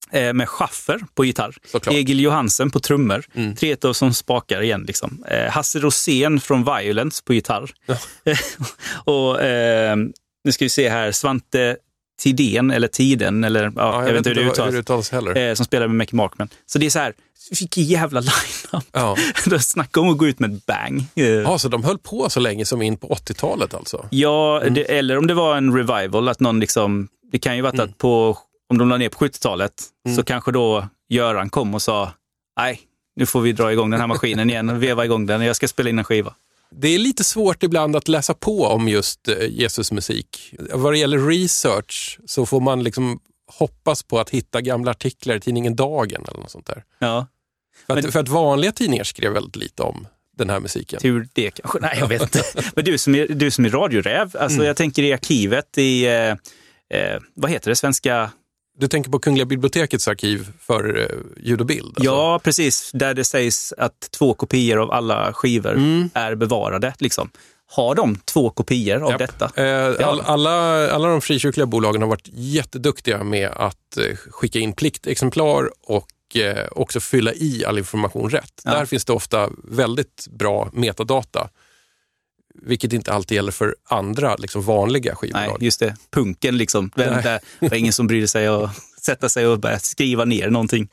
med Schaffer på gitarr, Såklart. Egil Johansen på trummor, Tretow som spakar igen liksom. Hasse Rosén från Violence på gitarr. Ja. Och nu ska vi se här, Svante Tiden eller Tiden eller jag vet inte hur det uttalas heller. Som spelar med Mickey Markman. Så det är så här, vilken jävla line-up. Ja. De snackar om att gå ut med ett bang. Ja, så de höll på så länge som in på 80-talet alltså? Ja, eller om det var en revival, att någon liksom, det kan ju vara att om de la ner på 70-talet så kanske då Göran kom och sa, nej, nu får vi dra igång den här maskinen igen och veva igång den, jag ska spela in en skiva. Det är lite svårt ibland att läsa på om just Jesusmusik. Vad det gäller research så får man liksom hoppas på att hitta gamla artiklar i tidningen Dagen eller något sånt där. Ja. För att vanliga tidningar skrev väldigt lite om den här musiken. Tur det kanske, nej jag vet inte. Men du som är radioräv, alltså jag tänker i arkivet i, vad heter det, svenska... Du tänker på Kungliga bibliotekets arkiv för ljud och bild? Alltså. Ja, precis. Där det sägs att 2 kopior av alla skivor är bevarade. Liksom. Har de 2 kopior av detta? Alla de frikyrkliga bolagen har varit jätteduktiga med att skicka in pliktexemplar och också fylla i all information rätt. Ja. Där finns det ofta väldigt bra metadata. Vilket inte alltid gäller för andra liksom vanliga skivbolag. Nej, just det. Punken liksom. Det var ingen som brydde sig att sätta sig och börja skriva ner någonting.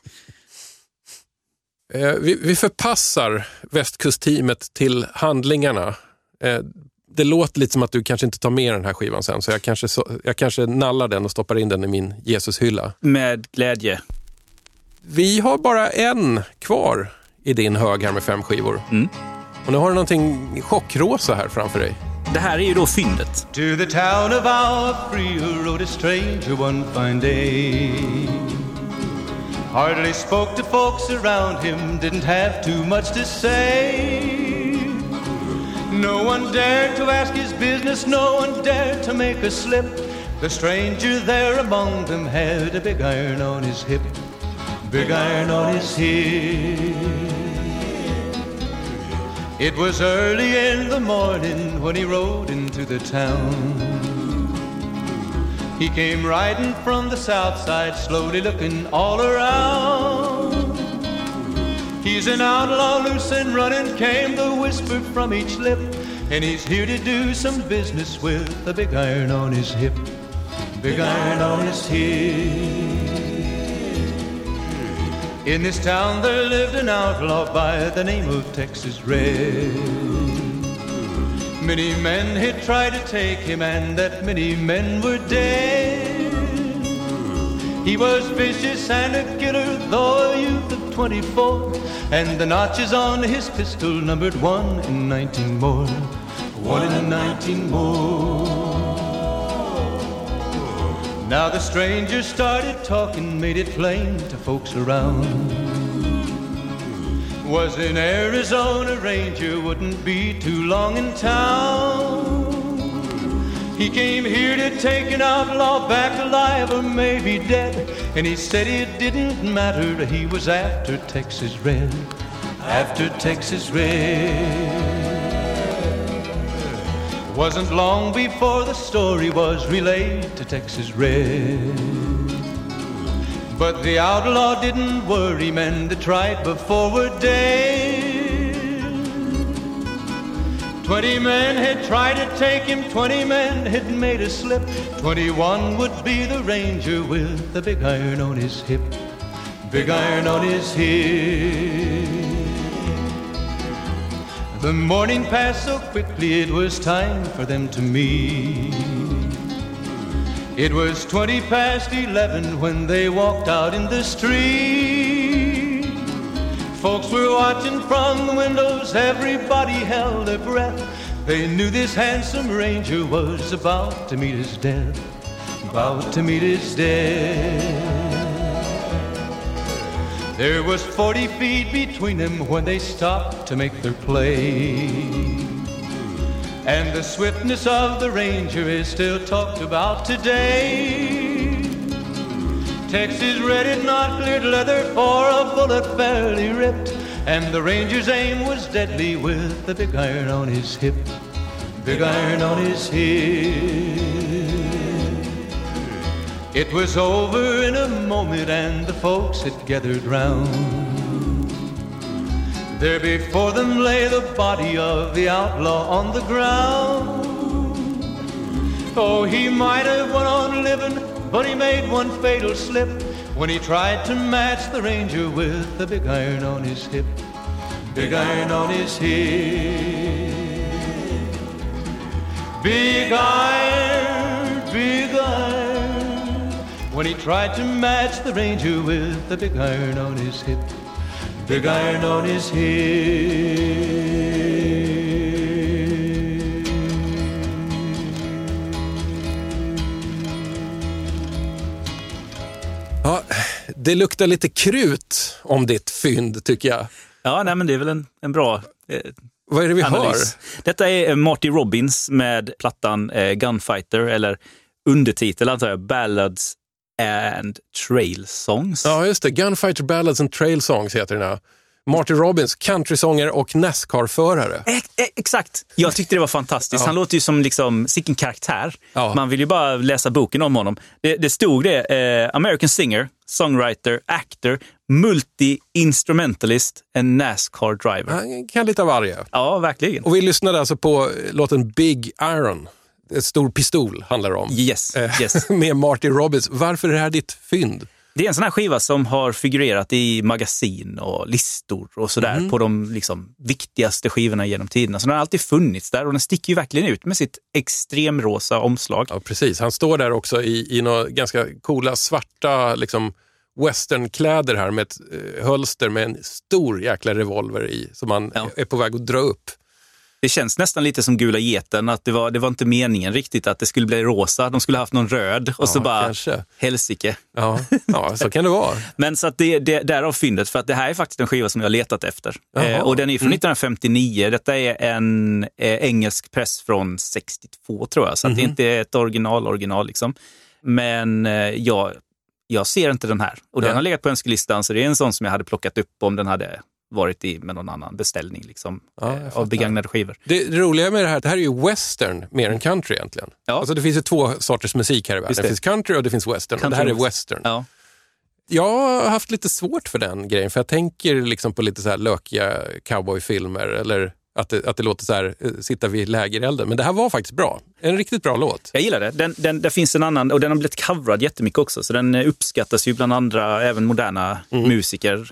Vi förpassar västkustteamet till handlingarna. Det låter lite som att du kanske inte tar med den här skivan sen. Så jag kanske nallar den och stoppar in den i min Jesushylla. Med glädje. Vi har bara en kvar i din hög här med 5 skivor. Och nu har du någonting chockrosa här framför dig. Det här är ju då fyndet. To the town of our free rode a stranger one fine day. Hardly spoke to folks around him, didn't have too much to say. No one dared to ask his business, no one dared to make a slip. The stranger there among them had a big iron on his hip. Big iron on his hip. It was early in the morning when he rode into the town. He came riding from the south side, slowly looking all around. He's an outlaw, loose and running, came the whisper from each lip. And he's here to do some business with a big iron on his hip. Big iron on his hip. In this town there lived an outlaw by the name of Texas Red. Many men had tried to take him, and that many men were dead. He was vicious and a killer, though a youth of 24, and the notches on his pistol numbered 1 in 19 more. 1 in 19 more. Now the stranger started talking, made it plain to folks around. Was an Arizona Ranger, wouldn't be too long in town. He came here to take an outlaw back alive or maybe dead. And he said it didn't matter, he was after Texas Red. After Texas Red. Wasn't long before the story was relayed to Texas Red. But the outlaw didn't worry, men that tried before were dead. 20 men had tried to take him, 20 men had made a slip. 21 would be the ranger with the big iron on his hip. Big iron on his hip. The morning passed so quickly, it was time for them to meet. It was 20 past 11 when they walked out in the street. Folks were watching from the windows, everybody held their breath. They knew this handsome ranger was about to meet his death. About to meet his death. There was 40 feet between them when they stopped to make their play. And the swiftness of the ranger is still talked about today. Texas Red had not cleared leather for a bullet fairly ripped. And the ranger's aim was deadly with the big iron on his hip. Big iron on his hip. It was over in a moment and the folks had gathered round. There before them lay the body of the outlaw on the ground. Oh, he might have went on living, but he made one fatal slip when he tried to match the ranger with the big iron on his hip. Big iron on his hip. Big iron, big iron. When he tried to match the ranger with the big iron on his hip. Big iron on his hip. Ja, det luktar lite krut om ditt fynd, tycker jag. Ja, nej, men det är väl en bra Vad är det vi analys. hör? Detta är Marty Robbins med plattan Gunfighter, eller undertitel antar jag, Ballads and Trail Songs. Ja, just det. Gunfighter Ballads and Trail Songs heter den här. Marty Robbins, countrysångare och NASCAR-förare. Exakt. Jag tyckte det var fantastiskt. Han låter ju som liksom sicken karaktär. Ja. Man vill ju bara läsa boken om honom. Det stod det, American singer, songwriter, actor, multi-instrumentalist and NASCAR driver. Han kan lite av varje. Ja, verkligen. Och vi lyssnade alltså på låten Big Iron. Ett stor pistol handlar det om. Yes. Med Marty Robbins. Varför är det här ditt fynd? Det är en sån här skiva som har figurerat i magasin och listor och sådär på de liksom viktigaste skivorna genom tiderna. Så den har alltid funnits där och den sticker ju verkligen ut med sitt extremrosa omslag. Ja, precis. Han står där också i några ganska coola svarta liksom westernkläder här med ett hölster med en stor jäkla revolver i som han är på väg att dra upp. Det känns nästan lite som Gula geten, att det var inte meningen riktigt att det skulle bli rosa. De skulle haft någon röd och så bara kanske. Helsike. Ja, så kan det vara. Men så att det därav fyndet, för att det här är faktiskt en skiva som jag har letat efter. Och den är från 1959. Detta är en engelsk press från 62 tror jag, så att det inte är ett original liksom. Men jag ser inte den här. Och den har legat på önskelistan, så det är en sån som jag hade plockat upp om den hade varit med någon annan beställning liksom, av begagnade skivor. Det roliga med det här är ju western mer än country egentligen. Ja. Alltså det finns ju två sorters musik här i världen. Det finns country och det finns western. Och det här är western. Ja. Jag har haft lite svårt för den grejen, för jag tänker liksom på lite så här lökiga cowboyfilmer eller att det låter så här, sitta vid lägerelden. Men det här var faktiskt bra. En riktigt bra låt. Jag gillar det. Det finns en annan, och den har blivit coverad jättemycket också, så den uppskattas ju bland andra, även moderna musiker.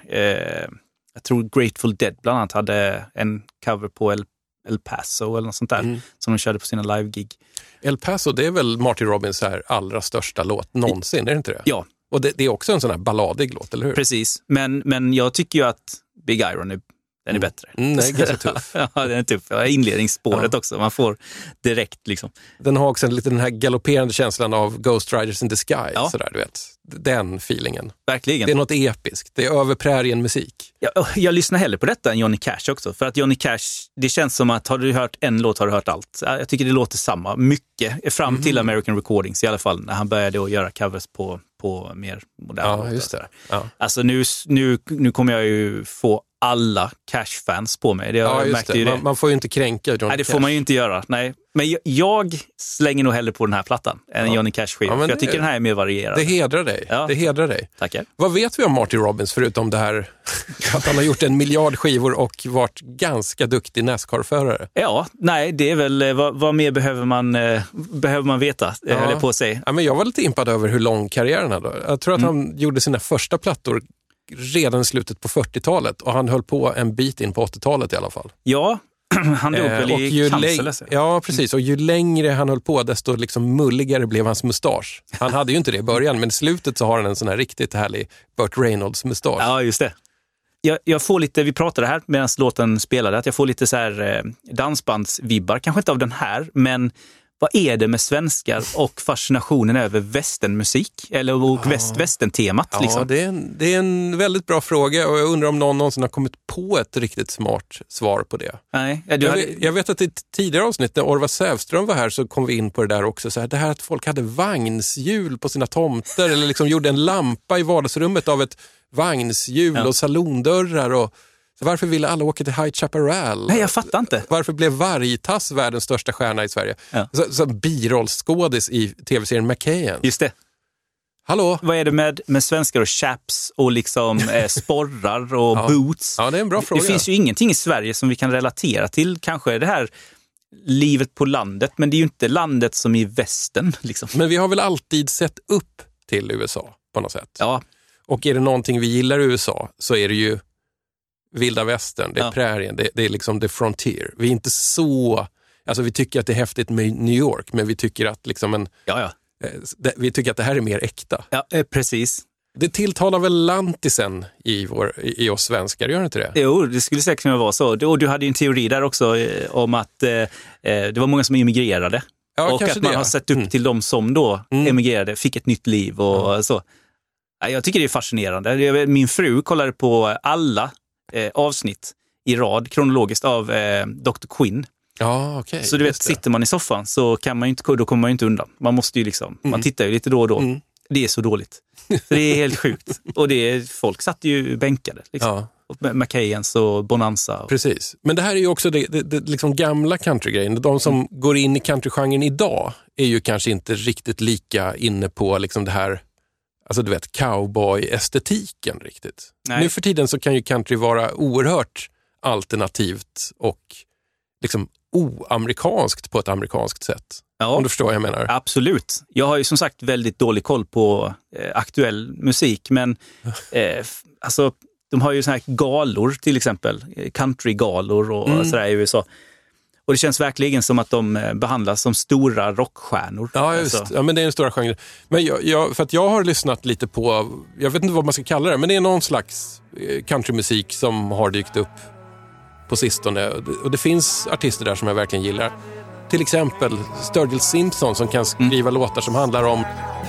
Jag tror Grateful Dead bland annat hade en cover på El Paso eller något sånt där som de körde på sina live-gig. El Paso, det är väl Marty Robbins här allra största låt någonsin, är det inte det? Ja. Och det är också en sån här balladig låt, eller hur? Precis, men jag tycker ju att Big Iron den är bättre. Nej, ganska tuff. Ja, den är tuff. Inledningsspåret också. Man får direkt liksom. Den har också lite den här galopperande känslan av Ghost Riders in the Sky. Ja. Sådär, du vet. Den feelingen. Verkligen. Det är något episkt. Det är över prärien musik. Jag lyssnar hellre på detta än Johnny Cash också. För att Johnny Cash, det känns som att har du hört en låt har du hört allt. Jag tycker det låter samma. Mycket. Fram till American Recordings i alla fall. När han började att göra covers på mer moderna låtar. Just det. Ja. Alltså nu kommer jag ju få alla Cash-fans på mig. Man får ju inte kränka Johnny Cash. Nej, det får man ju inte göra. Nej. Men jag slänger nog hellre på den här plattan än en Johnny Cash-skiva. För jag tycker den här är mer varierad. Det hedrar dig. Ja. Det hedrar dig. Tackar. Vad vet vi om Marty Robbins förutom det här att han har gjort 1 miljard skivor och varit ganska duktig NASCAR-förare? Ja, nej, det är väl vad mer behöver man veta, höll jag på att säga. Ja, men jag var lite impad över hur lång karriären hade. Jag tror att han gjorde sina första plattor redan i slutet på 40-talet och han höll på en bit in på 80-talet i alla fall. Ja, han dog väl i cancer. Ja, precis. Och ju längre han höll på, desto liksom mulligare blev hans mustasch. Han hade ju inte det i början, men i slutet så har han en sån här riktigt härlig Burt Reynolds-mustasch. Ja, just det. Jag får lite, vi pratade här medan låten spelade, att jag får lite så här dansbandsvibbar, kanske inte av den här, men vad är det med svenskar och fascinationen över västernmusik? Eller västerntemat? Ja, liksom? det är en väldigt bra fråga och jag undrar om någon någonsin har kommit på ett riktigt smart svar på det. Nej, jag vet att i ett tidigare avsnitt när Orvar Sävström var här så kom vi in på det där också. Så här, det här att folk hade vagnshjul på sina tomter eller liksom gjorde en lampa i vardagsrummet av ett vagnshjul och salondörrar och så varför ville alla åka till High Chaparral? Nej, jag fattar inte. Varför blev Vargtass världens största stjärna i Sverige? Ja. Så birollskådis i tv-serien McKayen. Just det. Hallå? Vad är det med svenskar och chaps och liksom sporrar och boots? Ja, det är en bra fråga. Det finns ju ingenting i Sverige som vi kan relatera till. Kanske det här livet på landet, men det är ju inte landet som i västern. Liksom. Men vi har väl alltid sett upp till USA på något sätt. Ja. Och är det någonting vi gillar i USA så är det ju vilda västern, det är prärien, det är liksom the frontier. Vi är inte så... Alltså vi tycker att det är häftigt med New York, men vi tycker att liksom vi tycker att det här är mer äkta. Ja, precis. Det tilltalar väl lantisen i oss svenskar, gör det inte det? Jo, det skulle säkert kunna vara så. Och du hade ju en teori där också om att det var många som emigrerade. Ja, och att man har sett upp till dem som då emigrerade, fick ett nytt liv och så. Jag tycker det är fascinerande. Min fru kollade på alla avsnitt i rad kronologiskt av Dr. Quinn. Ja, okej. Så du vet, sitter man i soffan så kan man inte, då kommer man ju inte undan. Man måste ju liksom, man tittar ju lite då och då. Det är så dåligt. Så det är helt sjukt. Och folk satt ju bänkade. Liksom. Ja. McKayens och Bonanza. Precis. Men det här är ju också det liksom gamla countrygrejen. De som går in i countrygenren idag är ju kanske inte riktigt lika inne på liksom det här, alltså du vet, cowboy-estetiken riktigt. Nej. Nu för tiden så kan ju country vara oerhört alternativt och liksom oamerikanskt på ett amerikanskt sätt. Ja. Om du förstår vad jag menar. Absolut. Jag har ju som sagt väldigt dålig koll på aktuell musik, men alltså de har ju såna här galor till exempel, countrygalor och sådär i USA. Och det känns verkligen som att de behandlas som stora rockstjärnor. Ja, just. Alltså. Ja, men det är en stora genre. Men för att jag har lyssnat lite på, jag vet inte vad man ska kalla det, men det är någon slags countrymusik som har dykt upp på sistone. Och det finns artister där som jag verkligen gillar. Till exempel Sturgill Simpson som kan skriva låtar som handlar om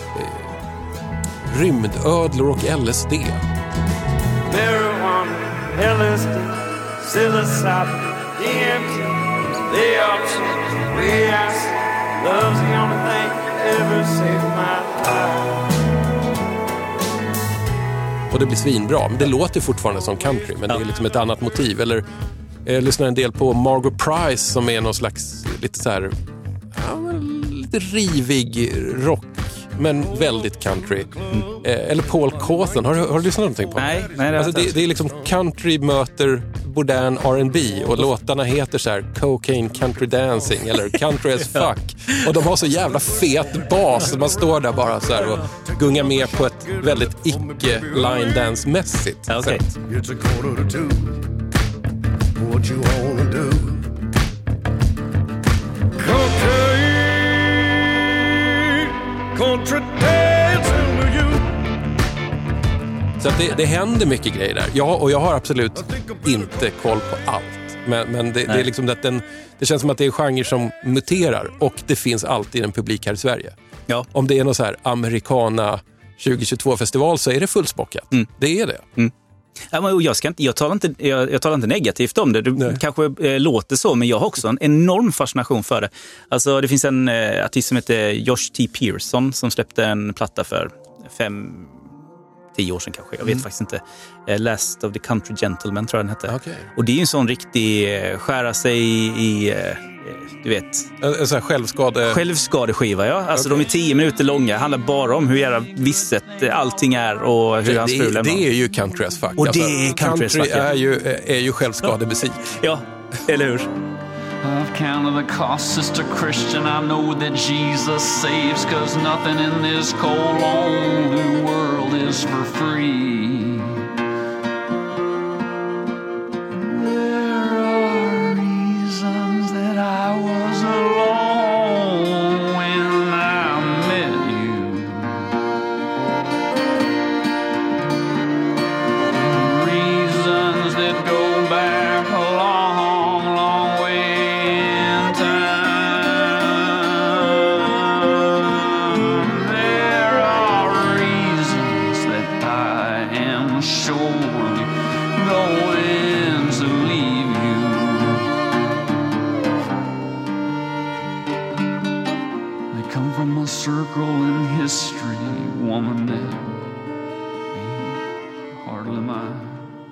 rymdödlor och LSD. Marijuana, LSD, psilocybin, DMT, the options, reacts, love's the only thing that ever saved my life. Och det blir svinbra, men det låter fortfarande som country, men det är liksom ett annat motiv. Eller jag lyssnar en del på Margot Price som är någon slags lite så här, lite rivig rock, men väldigt country. Eller Paul Cawthon, har du lyssnat någonting på? Nej, alltså det är liksom country möter modern R&B och låtarna heter så här Cocaine Country Dancing eller Country as Fuck. Och de har så jävla fet bas så man står där bara så här och gungar med på ett väldigt icke-line dance-mässigt sätt. It's a quarter to two. What you wanna do? Country dancing with you. Så att det händer mycket grejer där. Och jag har absolut inte koll på allt. Men det är liksom att det känns som att det är genre som muterar. Och det finns alltid en publik här i Sverige. Ja. Om det är någon så här Americana 2022-festival så är det fullsmockat. Det är det. Jag talar inte negativt om det. Du kanske låter så, men jag har också en enorm fascination för det. Alltså, det finns en artist som heter Josh T. Pearson som släppte en platta för 5-10 år sedan kanske. Jag vet faktiskt inte. Last of the Country Gentlemen tror jag den hette. Okay. Och det är ju en sån riktig skära sig i du vet. En sån här självskadeskiva, ja. Alltså de är 10 minuter långa. Handlar bara om hur jävla visset allting är och hur hans fru lämnar. Det är ju country as fuck. Och det är country as fuck. Är ju självskademusik. Ja, eller hur? I've counted the cost, Sister Christian. I know that Jesus saves, 'cause nothing in this cold, lonely world is for free. There are reasons that I was alone when I met you. Reasons that go back a long, long way. Circle in history, woman that ain't hardly mine.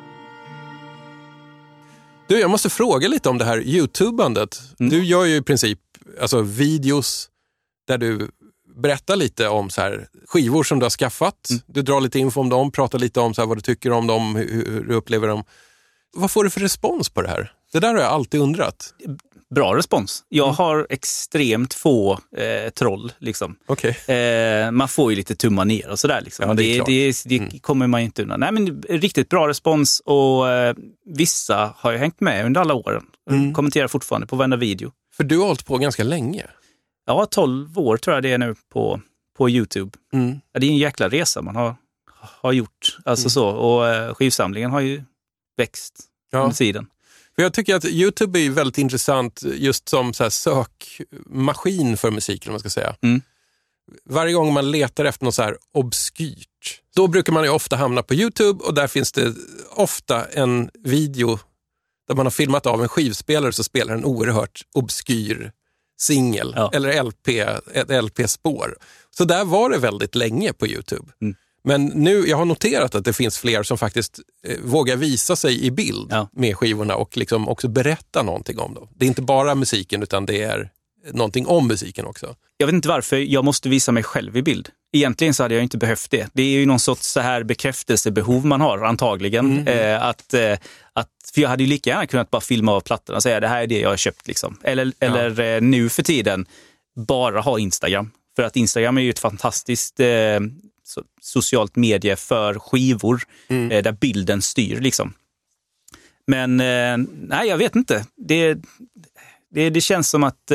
Du, jag måste fråga lite om det här YouTubandet. Du gör ju i princip alltså videos där du berätta lite om så här skivor som du har skaffat. Du drar lite info om dem, pratar lite om så här vad du tycker om dem, hur du upplever dem. Vad får du för respons på det här? Det där har jag alltid undrat. Bra respons. Jag har extremt få troll. Liksom. Okay. Man får ju lite tummar ner och sådär. Liksom. Ja, det kommer man ju inte undan. Nej, men riktigt bra respons och vissa har ju hängt med under alla åren. Kommenterar fortfarande på varenda video. För du har hållit på ganska länge. Ja, 12 år tror jag det är nu på YouTube. Ja, det är en jäkla resa man har gjort. Alltså så. Och skivsamlingen har ju växt under tiden. För jag tycker att YouTube är väldigt intressant just som så här sökmaskin för musik, om man ska säga. Varje gång man letar efter något så här obskyrt, då brukar man ju ofta hamna på YouTube och där finns det ofta en video där man har filmat av en skivspelare så spelar en oerhört obskyr singel eller ett LP-spår. Så där var det väldigt länge på YouTube. Men nu, jag har noterat att det finns fler som faktiskt vågar visa sig i bild med skivorna och liksom också berätta någonting om dem. Det är inte bara musiken utan det är någonting om musiken också. Jag vet inte varför jag måste visa mig själv i bild. Egentligen så hade jag inte behövt det. Det är ju någon sorts så här bekräftelsebehov man har antagligen. För jag hade ju lika gärna kunnat bara filma av plattorna och säga det här är det jag har köpt. Liksom. Eller nu för tiden bara ha Instagram. För att Instagram är ju ett fantastiskt socialt medie för skivor där bilden styr liksom. Men nej, jag vet inte. Det känns som att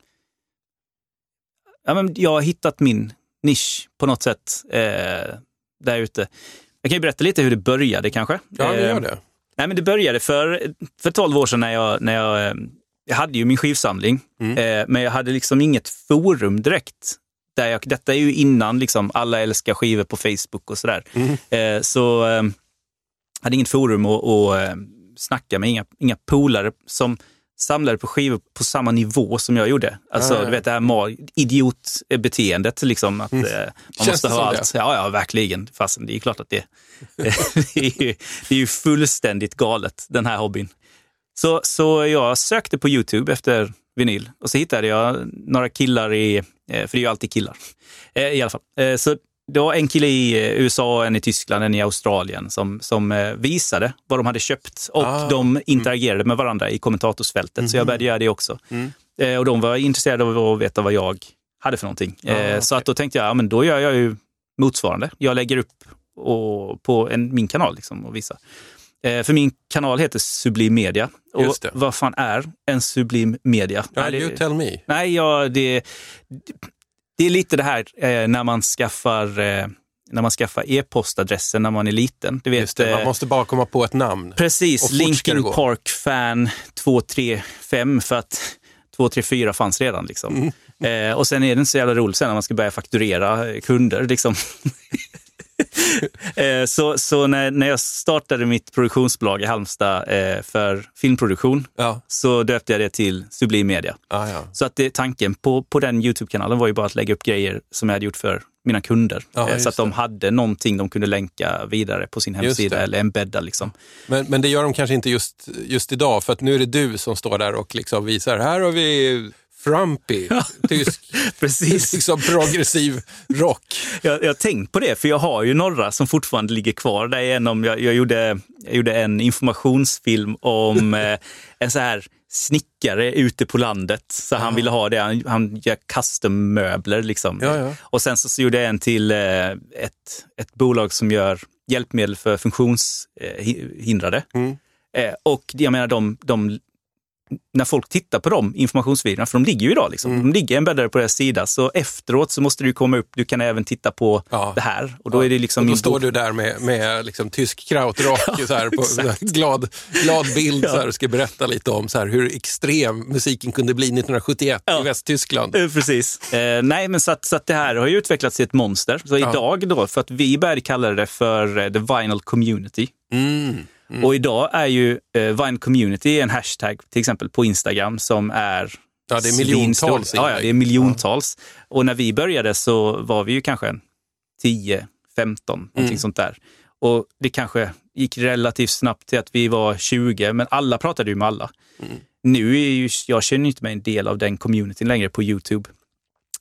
jag har hittat min nisch på något sätt där ute. Jag kan ju berätta lite hur det började kanske. Ja, det gör det. Nej, men det började för 12 år sedan när jag hade ju min skivsamling. Men jag hade liksom inget forum direkt. Detta är ju innan liksom alla älskar skivor på Facebook och sådär. Så hade inget forum och snacka med inga polare som samlade på skivor på samma nivå som jag gjorde. Alltså du vet det här idiotbeteendet liksom att man måste ha allt. Ja, verkligen. Fast det är ju klart att det är ju fullständigt galet den här hobbyn. Så jag sökte på YouTube efter vinyl och så hittade jag några killar för det är ju alltid killar i alla fall. Så det var en kille i USA, en i Tyskland, en i Australien som visade vad de hade köpt och de interagerade med varandra i kommentatorsfältet. Så jag började göra det också. Och de var intresserade av att veta vad jag hade för någonting. Så att då tänkte jag, men då gör jag ju motsvarande. Jag lägger upp på min kanal liksom och visar. För min kanal heter Sublim Media. Och vad fan är en Sublim Media? You tell me. Nej, det är lite det här när man skaffar e-postadressen när man är liten. Du vet, just det, man måste bara komma på ett namn. Precis, Linkin Park fan 235 för att 234 fanns redan liksom. Och sen är det inte så jävla roligt sen när man ska börja fakturera kunder liksom. Så när jag startade mitt produktionsbolag i Halmstad för filmproduktion så döpte jag det till Sublim Media. Så att tanken på den YouTube-kanalen var ju bara att lägga upp grejer som jag hade gjort för mina kunder. Så att de hade någonting de kunde länka vidare på sin hemsida eller embedda liksom. Men det gör de kanske inte just idag, för att nu är det du som står där och liksom visar, här har vi frumpy, tysk, precis. Liksom progressiv rock. Jag har tänkt på det, för jag har ju några som fortfarande ligger kvar. Där jag gjorde en informationsfilm om en så här snickare ute på landet. Så han ville ha det, han gör custom-möbler liksom. Och sen så gjorde jag en till ett bolag som gör hjälpmedel för funktionshindrade. Och jag menar de när folk tittar på de informationsvideorna, för de ligger ju idag liksom. De ligger embedade på deras sida, så efteråt så måste du komma upp, du kan även titta på det här. Och då är det liksom... Och då står du där med liksom tysk krautrock så här, på glad bild så här, och ska berätta lite om så här, hur extrem musiken kunde bli 1971 i Västtyskland. Precis. Nej, men så att det här har ju utvecklats till ett monster. Så idag då, för att vi började kalla det för the vinyl community. Och idag är ju Vinyl Community en hashtag till exempel på Instagram som är... Ja, det är miljontals. Ja, det är miljontals. Och när vi började så var vi ju kanske 10, 15, någonting sånt där. Och det kanske gick relativt snabbt till att vi var 20, men alla pratade ju med alla. Nu är jag känner inte mig en del av den communityn längre på YouTube.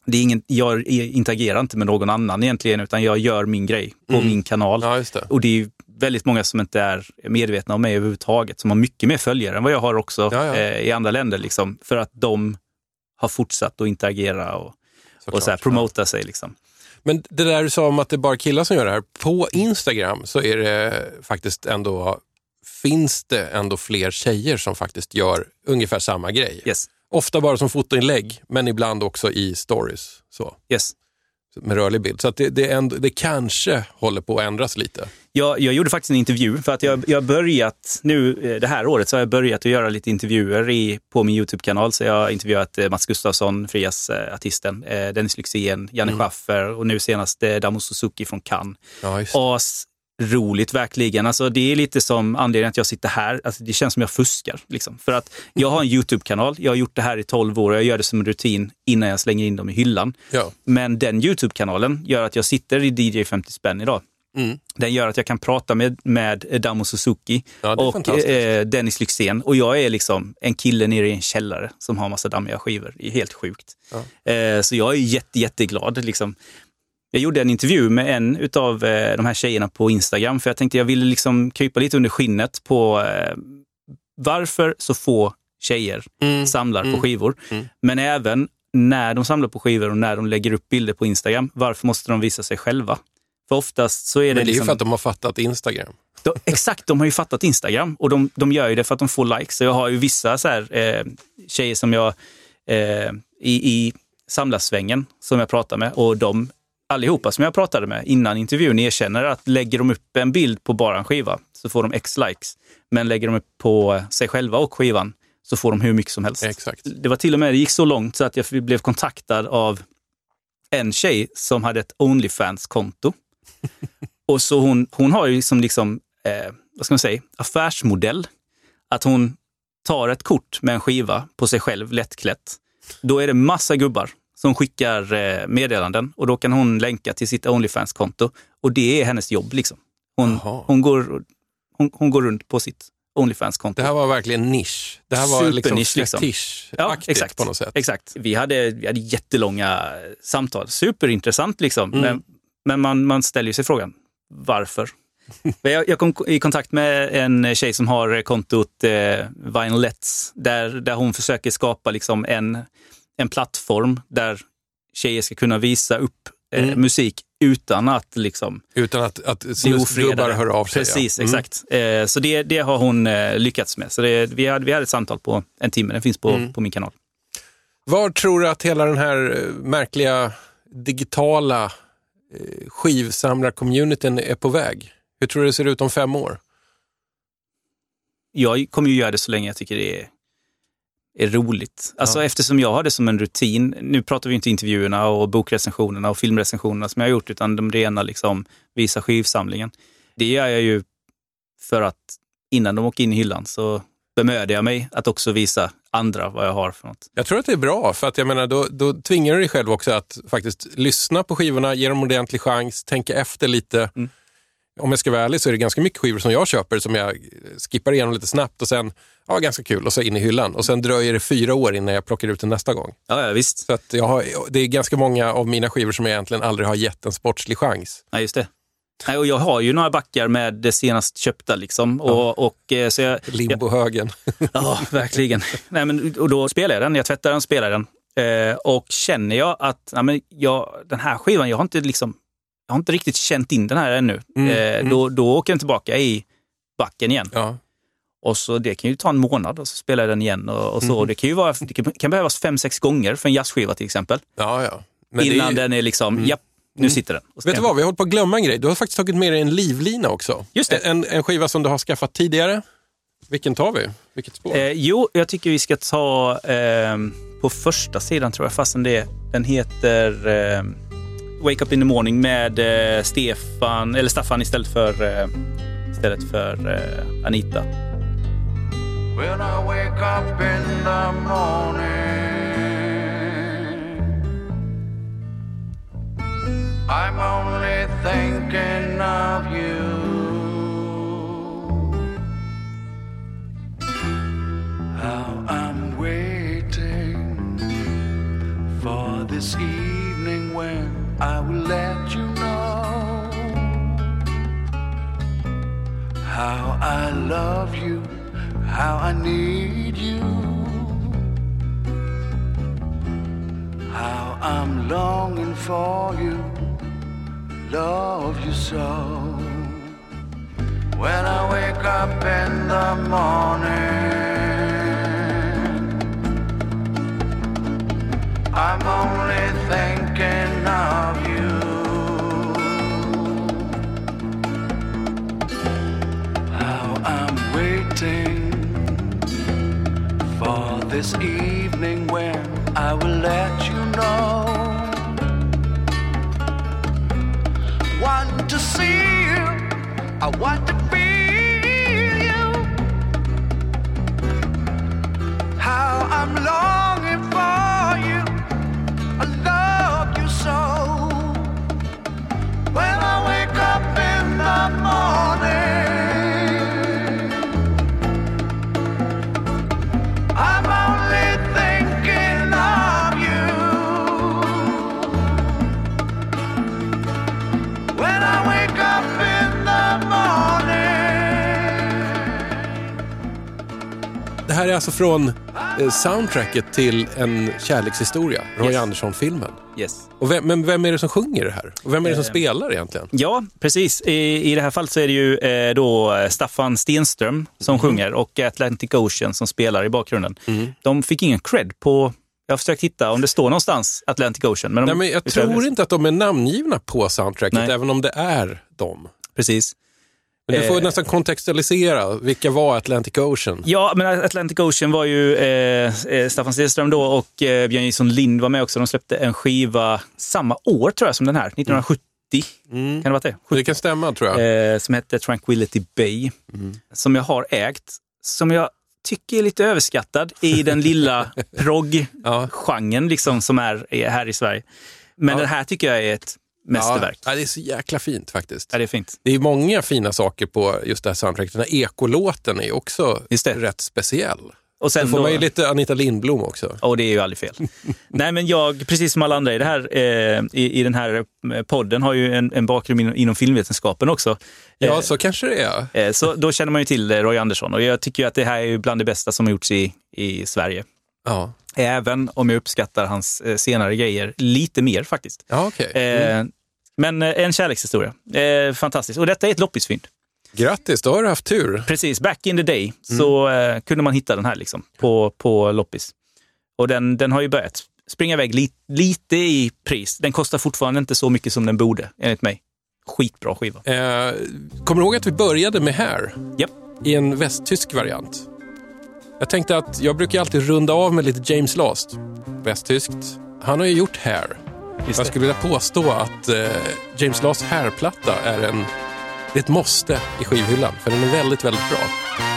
jag interagerar inte med någon annan egentligen, utan jag gör min grej på min kanal. Ja, just det. Och det är ju väldigt många som inte är medvetna om mig överhuvudtaget, som har mycket mer följare än vad jag har också i andra länder, liksom, för att de har fortsatt att interagera och så här, promota sig. Liksom. Men det där du sa om att det är bara killar som gör det här, på Instagram så är det faktiskt ändå, finns det ändå fler tjejer som faktiskt gör ungefär samma grej. Yes. Ofta bara som fotoinlägg, men ibland också i stories. Så. Yes. Med rörlig bild. Så att det kanske håller på att ändras lite. Jag gjorde faktiskt en intervju, för att jag har börjat nu det här året, så har jag börjat att göra lite intervjuer på min YouTube-kanal. Så jag har intervjuat Mats Gustafsson, Frias-artisten, Dennis Lyxzén, Janne Schaffer och nu senast Damo Suzuki från Cannes. Ja, roligt verkligen. Alltså, det är lite som anledningen att jag sitter här. Alltså, det känns som jag fuskar. Liksom. För att jag har en YouTube-kanal. Jag har gjort det här i 12 år och jag gör det som en rutin innan jag slänger in dem i hyllan. Ja. Men den YouTube-kanalen gör att jag sitter i DJ 50 spänn idag. Den gör att jag kan prata med Damo Suzuki och Dennis Lyxzén. Och jag är liksom en kille nere i en källare som har massa dammiga skivor. Det är helt sjukt. Ja. Så jag är jätteglad liksom. Jag gjorde en intervju med en utav de här tjejerna på Instagram, för jag tänkte jag ville liksom krypa lite under skinnet på varför så få tjejer samlar på skivor. Men även när de samlar på skivor och när de lägger upp bilder på Instagram, varför måste de visa sig själva? För oftast så är det... Men det är liksom, ju för att de har fattat Instagram. Exakt, de har ju fattat Instagram och de gör ju det för att de får likes. Så jag har ju vissa så här, tjejer som jag i samlarsvängen som jag pratar med, och de allihopa som jag pratade med innan intervjun erkänner att lägger de upp en bild på bara en skiva så får de x likes. Men lägger de upp på sig själva och skivan så får de hur mycket som helst. Exakt. Det var till och med, det gick så långt så att jag blev kontaktad av en tjej som hade ett OnlyFans-konto. Och så hon har ju som liksom, vad ska man säga, affärsmodell. Att hon tar ett kort med en skiva på sig själv, lättklätt. Då är det massa gubbar som skickar meddelanden och då kan hon länka till sitt OnlyFans-konto och det är hennes jobb liksom. Hon går runt på sitt OnlyFans-konto. Det här var verkligen nisch. Det här var liksom fetisch-aktigt på något sätt. Exakt. Vi hade jättelånga samtal. Superintressant liksom. Men man ställer sig frågan, varför? Jag kom i kontakt med en tjej som har kontot Vinylets där hon försöker skapa liksom en plattform där tjejer ska kunna visa upp musik utan att liksom... Utan att snusgubbar hör av sig. Precis, exakt. Så det har hon lyckats med. Så vi hade ett samtal på en timme. Den finns på min kanal. Var tror du att hela den här märkliga digitala skivsamlar-communityn är på väg? Hur tror du det ser ut om 5 år? Jag kommer ju göra det så länge jag tycker det är roligt. Alltså eftersom jag har det som en rutin. Nu pratar vi inte intervjuerna och bokrecensionerna och filmrecensionerna som jag har gjort, utan de rena liksom visa skivsamlingen. Det gör jag ju för att innan de åker in i hyllan så bemöder jag mig att också visa andra vad jag har för något. Jag tror att det är bra, för att jag menar då tvingar du dig själv också att faktiskt lyssna på skivorna, ge dem en ordentlig chans, tänka efter lite. Om jag ska vara ärlig så är det ganska mycket skivor som jag köper som jag skippar igenom lite snabbt och sen, ganska kul, och så in i hyllan. Och sen dröjer det 4 år innan jag plockar ut den nästa gång. Ja, visst. Så att det är ganska många av mina skivor som jag egentligen aldrig har gett en sportslig chans. Ja, just det. Nej, och jag har ju några backar med det senast köpta liksom. Så Limbohögen. Ja, verkligen. Nej, och då spelar jag den, jag tvättar den och spelar den. Och känner jag att den här skivan, jag har inte riktigt känt in den här ännu. Då åker den tillbaka i backen igen. Ja. Och så det kan ju ta en månad och så spelar jag den igen. Och så. Det kan behövas 5-6 gånger för en jazzskiva till exempel. Ja. Men innan den är liksom, nu sitter den. Vet du vad, vi har hållit på att glömma en grej. Du har faktiskt tagit med dig en livlina också. Just det. En skiva som du har skaffat tidigare. Vilken tar vi? Vilket spår? Jag tycker vi ska ta på första sidan tror jag, fastän den heter Wake Up in the Morning med Staffan istället för Anita. When I wake up in the morning, I'm only thinking of you. How I'm waiting for this evening when I will let you know how I love you, how I need you, how I'm longing for you, love you so. When I wake up in the morning, I'm only thinking of you. How I'm waiting for this evening when I will let you know. Want to see you, I want to feel you. How I'm longing for you, I love you so. When I wake up in the morning, I'm only thinking of you. When I wake up in the morning. Det här är alltså från soundtracket till en kärlekshistoria, Roy Andersson-filmen. Yes. Och vem är det som sjunger det här? Och vem är det som spelar egentligen? Ja, precis. I det här fallet så är det ju då Staffan Stenström som sjunger och Atlantic Ocean som spelar i bakgrunden. De fick ingen cred på... Jag har försökt hitta om det står någonstans Atlantic Ocean. Men jag tror inte att de är namngivna på soundtracket, även om det är dem. Precis. Men du får nästan kontextualisera. Vilka var Atlantic Ocean? Ja, men Atlantic Ocean var ju Staffan Stenström då och Björn Jason Lind var med också. De släppte en skiva samma år tror jag som den här, 1970. Kan det vara det? 70. Det kan stämma tror jag. Som hette Tranquility Bay. Som jag har ägt. Som jag tycker är lite överskattad i den lilla prog-genren liksom, som är här i Sverige. Men den här tycker jag är ett mästerverk. Ja, det är så jäkla fint faktiskt. Ja, det är fint. Det är många fina saker på just det här soundtracket. Den här ekolåten är också rätt speciell. Och sen får man ju lite Anita Lindblom också. Och det är ju aldrig fel. Nej, men jag, precis som alla andra i det här, i den här podden, har ju en bakgrund inom filmvetenskapen också. Ja, så kanske det är. Så då känner man ju till Roy Andersson. Och jag tycker att det här är bland det bästa som har gjorts i Sverige. Ja. Även om jag uppskattar hans senare grejer lite mer faktiskt. Ja, okej. Men en kärlekshistoria. Fantastiskt. Och detta är ett loppisfynd. Grattis, då har du haft tur. Precis, back in the day så kunde man hitta den här liksom på loppis. Och den har ju börjat springa iväg lite i pris. Den kostar fortfarande inte så mycket som den borde, enligt mig. Skitbra skiva. Kommer du ihåg att vi började med Hair? Japp. I en västtysk variant. Jag tänkte att jag brukar alltid runda av med lite James Last. Västtyskt. Han har ju gjort Hair. Jag skulle vilja påstå att James Lasts Hair-platta är ett måste i skivhyllan. För den är väldigt, väldigt bra.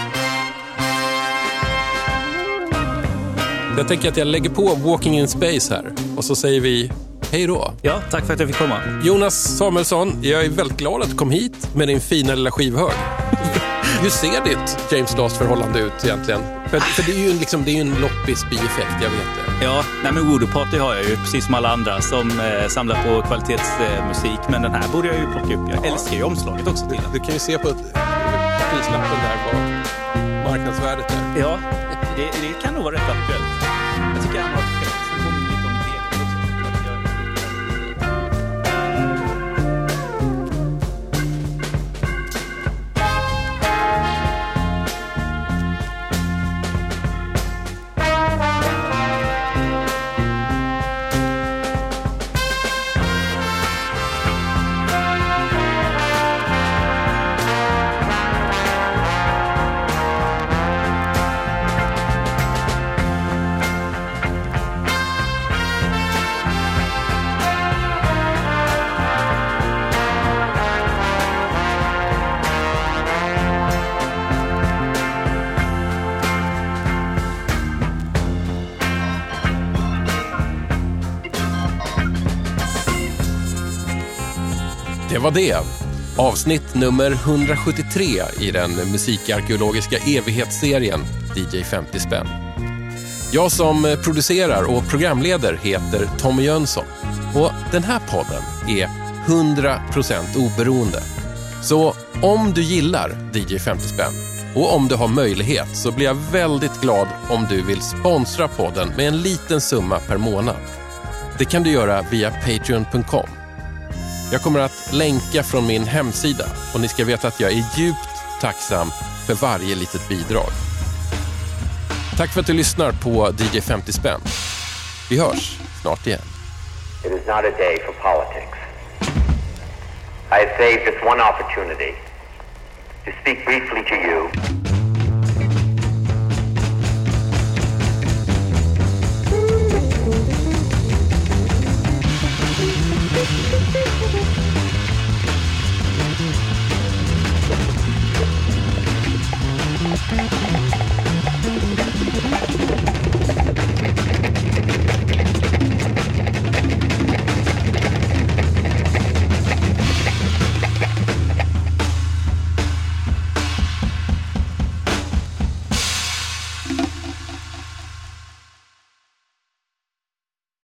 Jag tänker att jag lägger på Walking in Space här. Och så säger vi hej då. Ja, tack för att jag fick komma. Jonas Samuelsson, jag är väldigt glad att du kom hit med din fina lilla skivhörd. Hur ser ditt James Last-förhållande ut egentligen? För det är ju liksom, det är ju en loppis-bieffekt, jag vet det. Ja, nej, men Voodoo Party har jag ju precis som alla andra som samlar på kvalitetsmusik. Men den här borde jag ju plocka upp. Jag älskar ju omslaget också till. Du kan ju se på prislappen där vad marknadsvärdet är. Ja, det kan nog vara rätt aktuellt. Jag tycker han har ett skämt som kommer lite om det också. Det var det. Avsnitt nummer 173 i den musikarkeologiska evighetsserien DJ 50 spänn. Jag som producerar och programleder heter Tommy Jönsson. Och den här podden är 100% oberoende. Så om du gillar DJ 50 spänn och om du har möjlighet så blir jag väldigt glad om du vill sponsra podden med en liten summa per månad. Det kan du göra via patreon.com. Jag kommer att länka från min hemsida och ni ska veta att jag är djupt tacksam för varje litet bidrag. Tack för att du lyssnar på DJ 50 spänn. Vi hörs snart igen. It is not a day for politics. I have saved just one opportunity to speak briefly to you